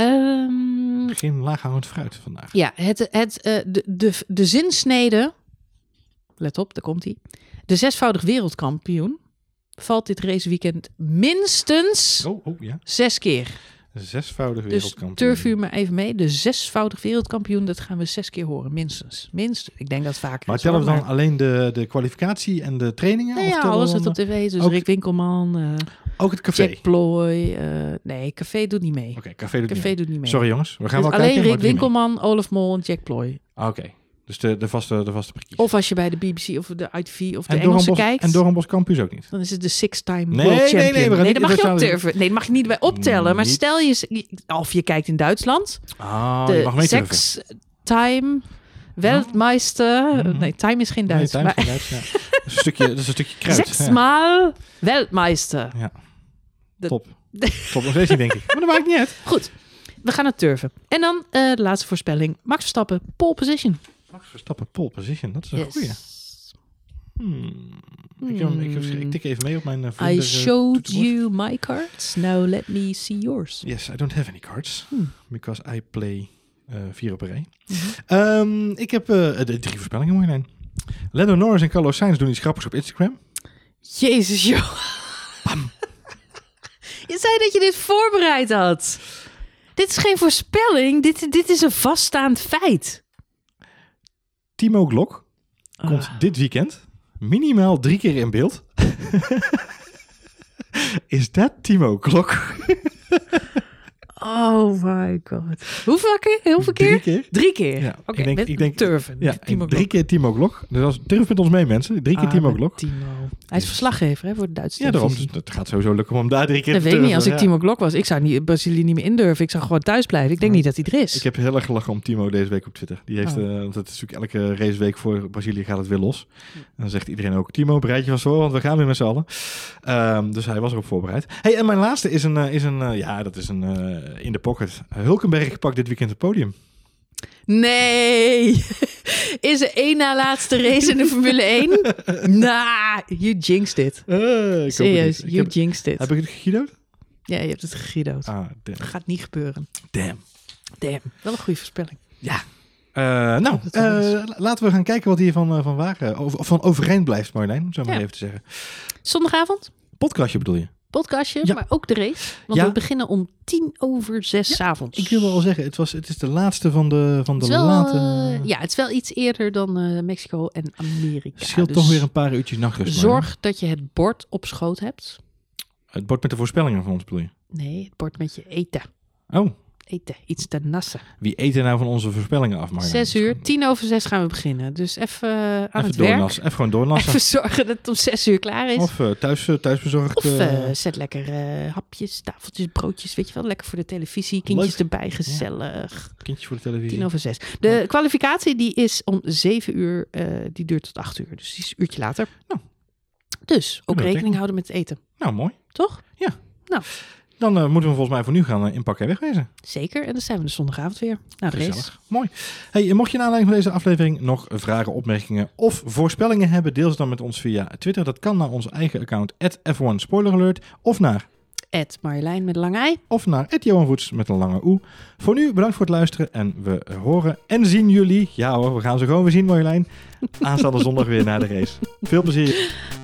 Um, Geen laaghangend fruit vandaag. Ja, het, het, uh, de, de, de zinsnede, let op, daar komt hij. De zesvoudig wereldkampioen valt dit raceweekend minstens oh, oh, ja. zes keer. Zesvoudig dus wereldkampioen. turf u maar even mee. De zesvoudig wereldkampioen, dat gaan we zes keer horen, minstens. Minstens. Ik denk dat vaker. Maar is, tellen we dan maar... alleen de, de kwalificatie en de trainingen? Nee, of ja, alles wat wat op tv. Dus ook... Rick Winkelman, uh, ook het café. Jack Ploy. Uh, nee, café doet niet mee. Oké, okay, café, doet, café niet doet niet mee. Sorry jongens, we gaan dus wel alleen kijken. Rick Winkelman, Olaf Mol en Jack Ploy. Oké. Okay. Dus de, de vaste, de vaste prikjes. Of als je bij de B B C of de I T V of de en Engelse Bos, kijkt. En Doran Bos Campus ook niet. Dan is het de six-time nee, world champion. Nee, nee, we gaan nee, niet, dat mag je op turven. turven. Nee, dat mag je niet bij optellen. Maar niet. stel je... Of je kijkt in Duitsland. Ah, de je mag mee six-time Weltmeister. Mm-hmm. Nee, time is geen Duits. Nee, time maar... is geen Duits, ja. dat, is een stukje, dat is een stukje kruid. Zesmaal ja. Weltmeister. Ja. De... Top. Top, nog steeds niet, denk ik. Maar dat maakt niet uit. Goed, we gaan naar turven. En dan uh, de laatste voorspelling. Max Verstappen, pole position. Max Verstappen, pole position. Dat is een yes. goeie. Hmm. Hmm. Ik, ik, ik, ik tik even mee op mijn uh, vlinder, I showed uh, you my cards. Now let me see yours. Yes, I don't have any cards. Hmm. Because I play uh, vier op een rij. Mm-hmm. Um, ik heb uh, de drie voorspellingen, Marjolein. Lando Norris en Carlos Sainz doen iets grappigs op Instagram. Jezus, joh. Bam. Je zei dat je dit voorbereid had. Dit is geen voorspelling. Dit, dit is een vaststaand feit. Timo Glock uh. komt dit weekend minimaal drie keer in beeld. Is dat Timo Glock? Oh my god. Hoeveel keer? Hoeveel keer? Drie keer. Drie keer? Ja, Oké, okay, met ik denk, turven. Ja, Timo drie keer Timo Glock. Dus als, turf met ons mee, mensen. Drie keer ah, Timo Glock. Timo. Hij is verslaggever hè, voor de Duitse Ja, daarom. televisie. Dus het gaat sowieso lukken om hem daar drie keer Dat te weet ik niet. Als ik ja. Timo Glock was, ik zou niet, Brazilië niet meer indurven. Ik zou gewoon thuis blijven. Ik denk Ja. niet dat hij er is. Ik heb heel erg gelachen om Timo deze week op Twitter. Die heeft, Oh. uh, want het is natuurlijk elke raceweek voor Brazilië gaat het weer los. En dan zegt iedereen ook, Timo, bereid je vast voor, want we gaan weer met z'n allen. Um, dus hij was erop voorbereid. Hey, en mijn laatste is een, uh, is een uh, ja, dat is een uh, in de pocket. Hulkenberg pakt dit weekend het podium. Nee! Is er één na laatste race in de Formule één? Nah, you jinxed it. Uh, Serieus, you heb, jinxed it. Heb ik het gegidood? Ja, je hebt het gegidood. Ah, damn. Gaat niet gebeuren. Damn. Damn. Wel een goede voorspelling. Ja. Uh, nou, uh, laten we gaan kijken wat hier van, uh, van waar, uh, over, van overeind blijft, Marjolein, om zo maar ja. even te zeggen. Zondagavond? Podcastje bedoel je? Podcastje, ja. maar ook de race. Want ja. we beginnen om tien over zes ja. 's avonds. Ik wil wel zeggen, het, was, het is de laatste van de, van de wel, late... Uh, ja, het is wel iets eerder dan uh, Mexico en Amerika. Scheelt dus toch weer een paar uurtjes nachtrust. Zorg maar, dat je het bord op schoot hebt. Het bord met de voorspellingen van ons bedoel je? Nee, het bord met je eten. Oh. Eten, iets te nassen. Wie eten nou van onze voorspellingen af? Zes uur, tien over zes gaan we beginnen. Dus even uh, aan even het doornassen. werk. Even gewoon doornassen. Even zorgen dat het om zes uur klaar is. Of uh, thuis, uh, thuisbezorgd. Of uh, uh, zet lekker uh, hapjes, tafeltjes, broodjes. Weet je wel, lekker voor de televisie. Kindjes Leuk. erbij, gezellig. Ja. Kindjes voor de televisie. Tien over zes. De oh. kwalificatie die is om zeven uur. Uh, die duurt tot acht uur. Dus die is een uurtje later. Nou. Dus ook rekening tekenen. houden met het eten. Nou, mooi. Toch? Ja. Nou. Dan uh, moeten we volgens mij voor nu gaan uh, inpakken en wegwezen. Zeker. En dan zijn we de zondagavond weer. Nou, de race. Mooi. Hey, mocht je naar aanleiding van deze aflevering nog vragen, opmerkingen of voorspellingen hebben, deel ze dan met ons via Twitter. Dat kan naar ons eigen account at F one Spoiler Alert of naar at Marjolein met een lange ei. Of naar at Johan Voets met een lange oe. Voor nu bedankt voor het luisteren en we horen en zien jullie. Ja hoor, we gaan ze gewoon weer zien, Marjolein. Aanstaande zondag weer naar de race. Veel plezier.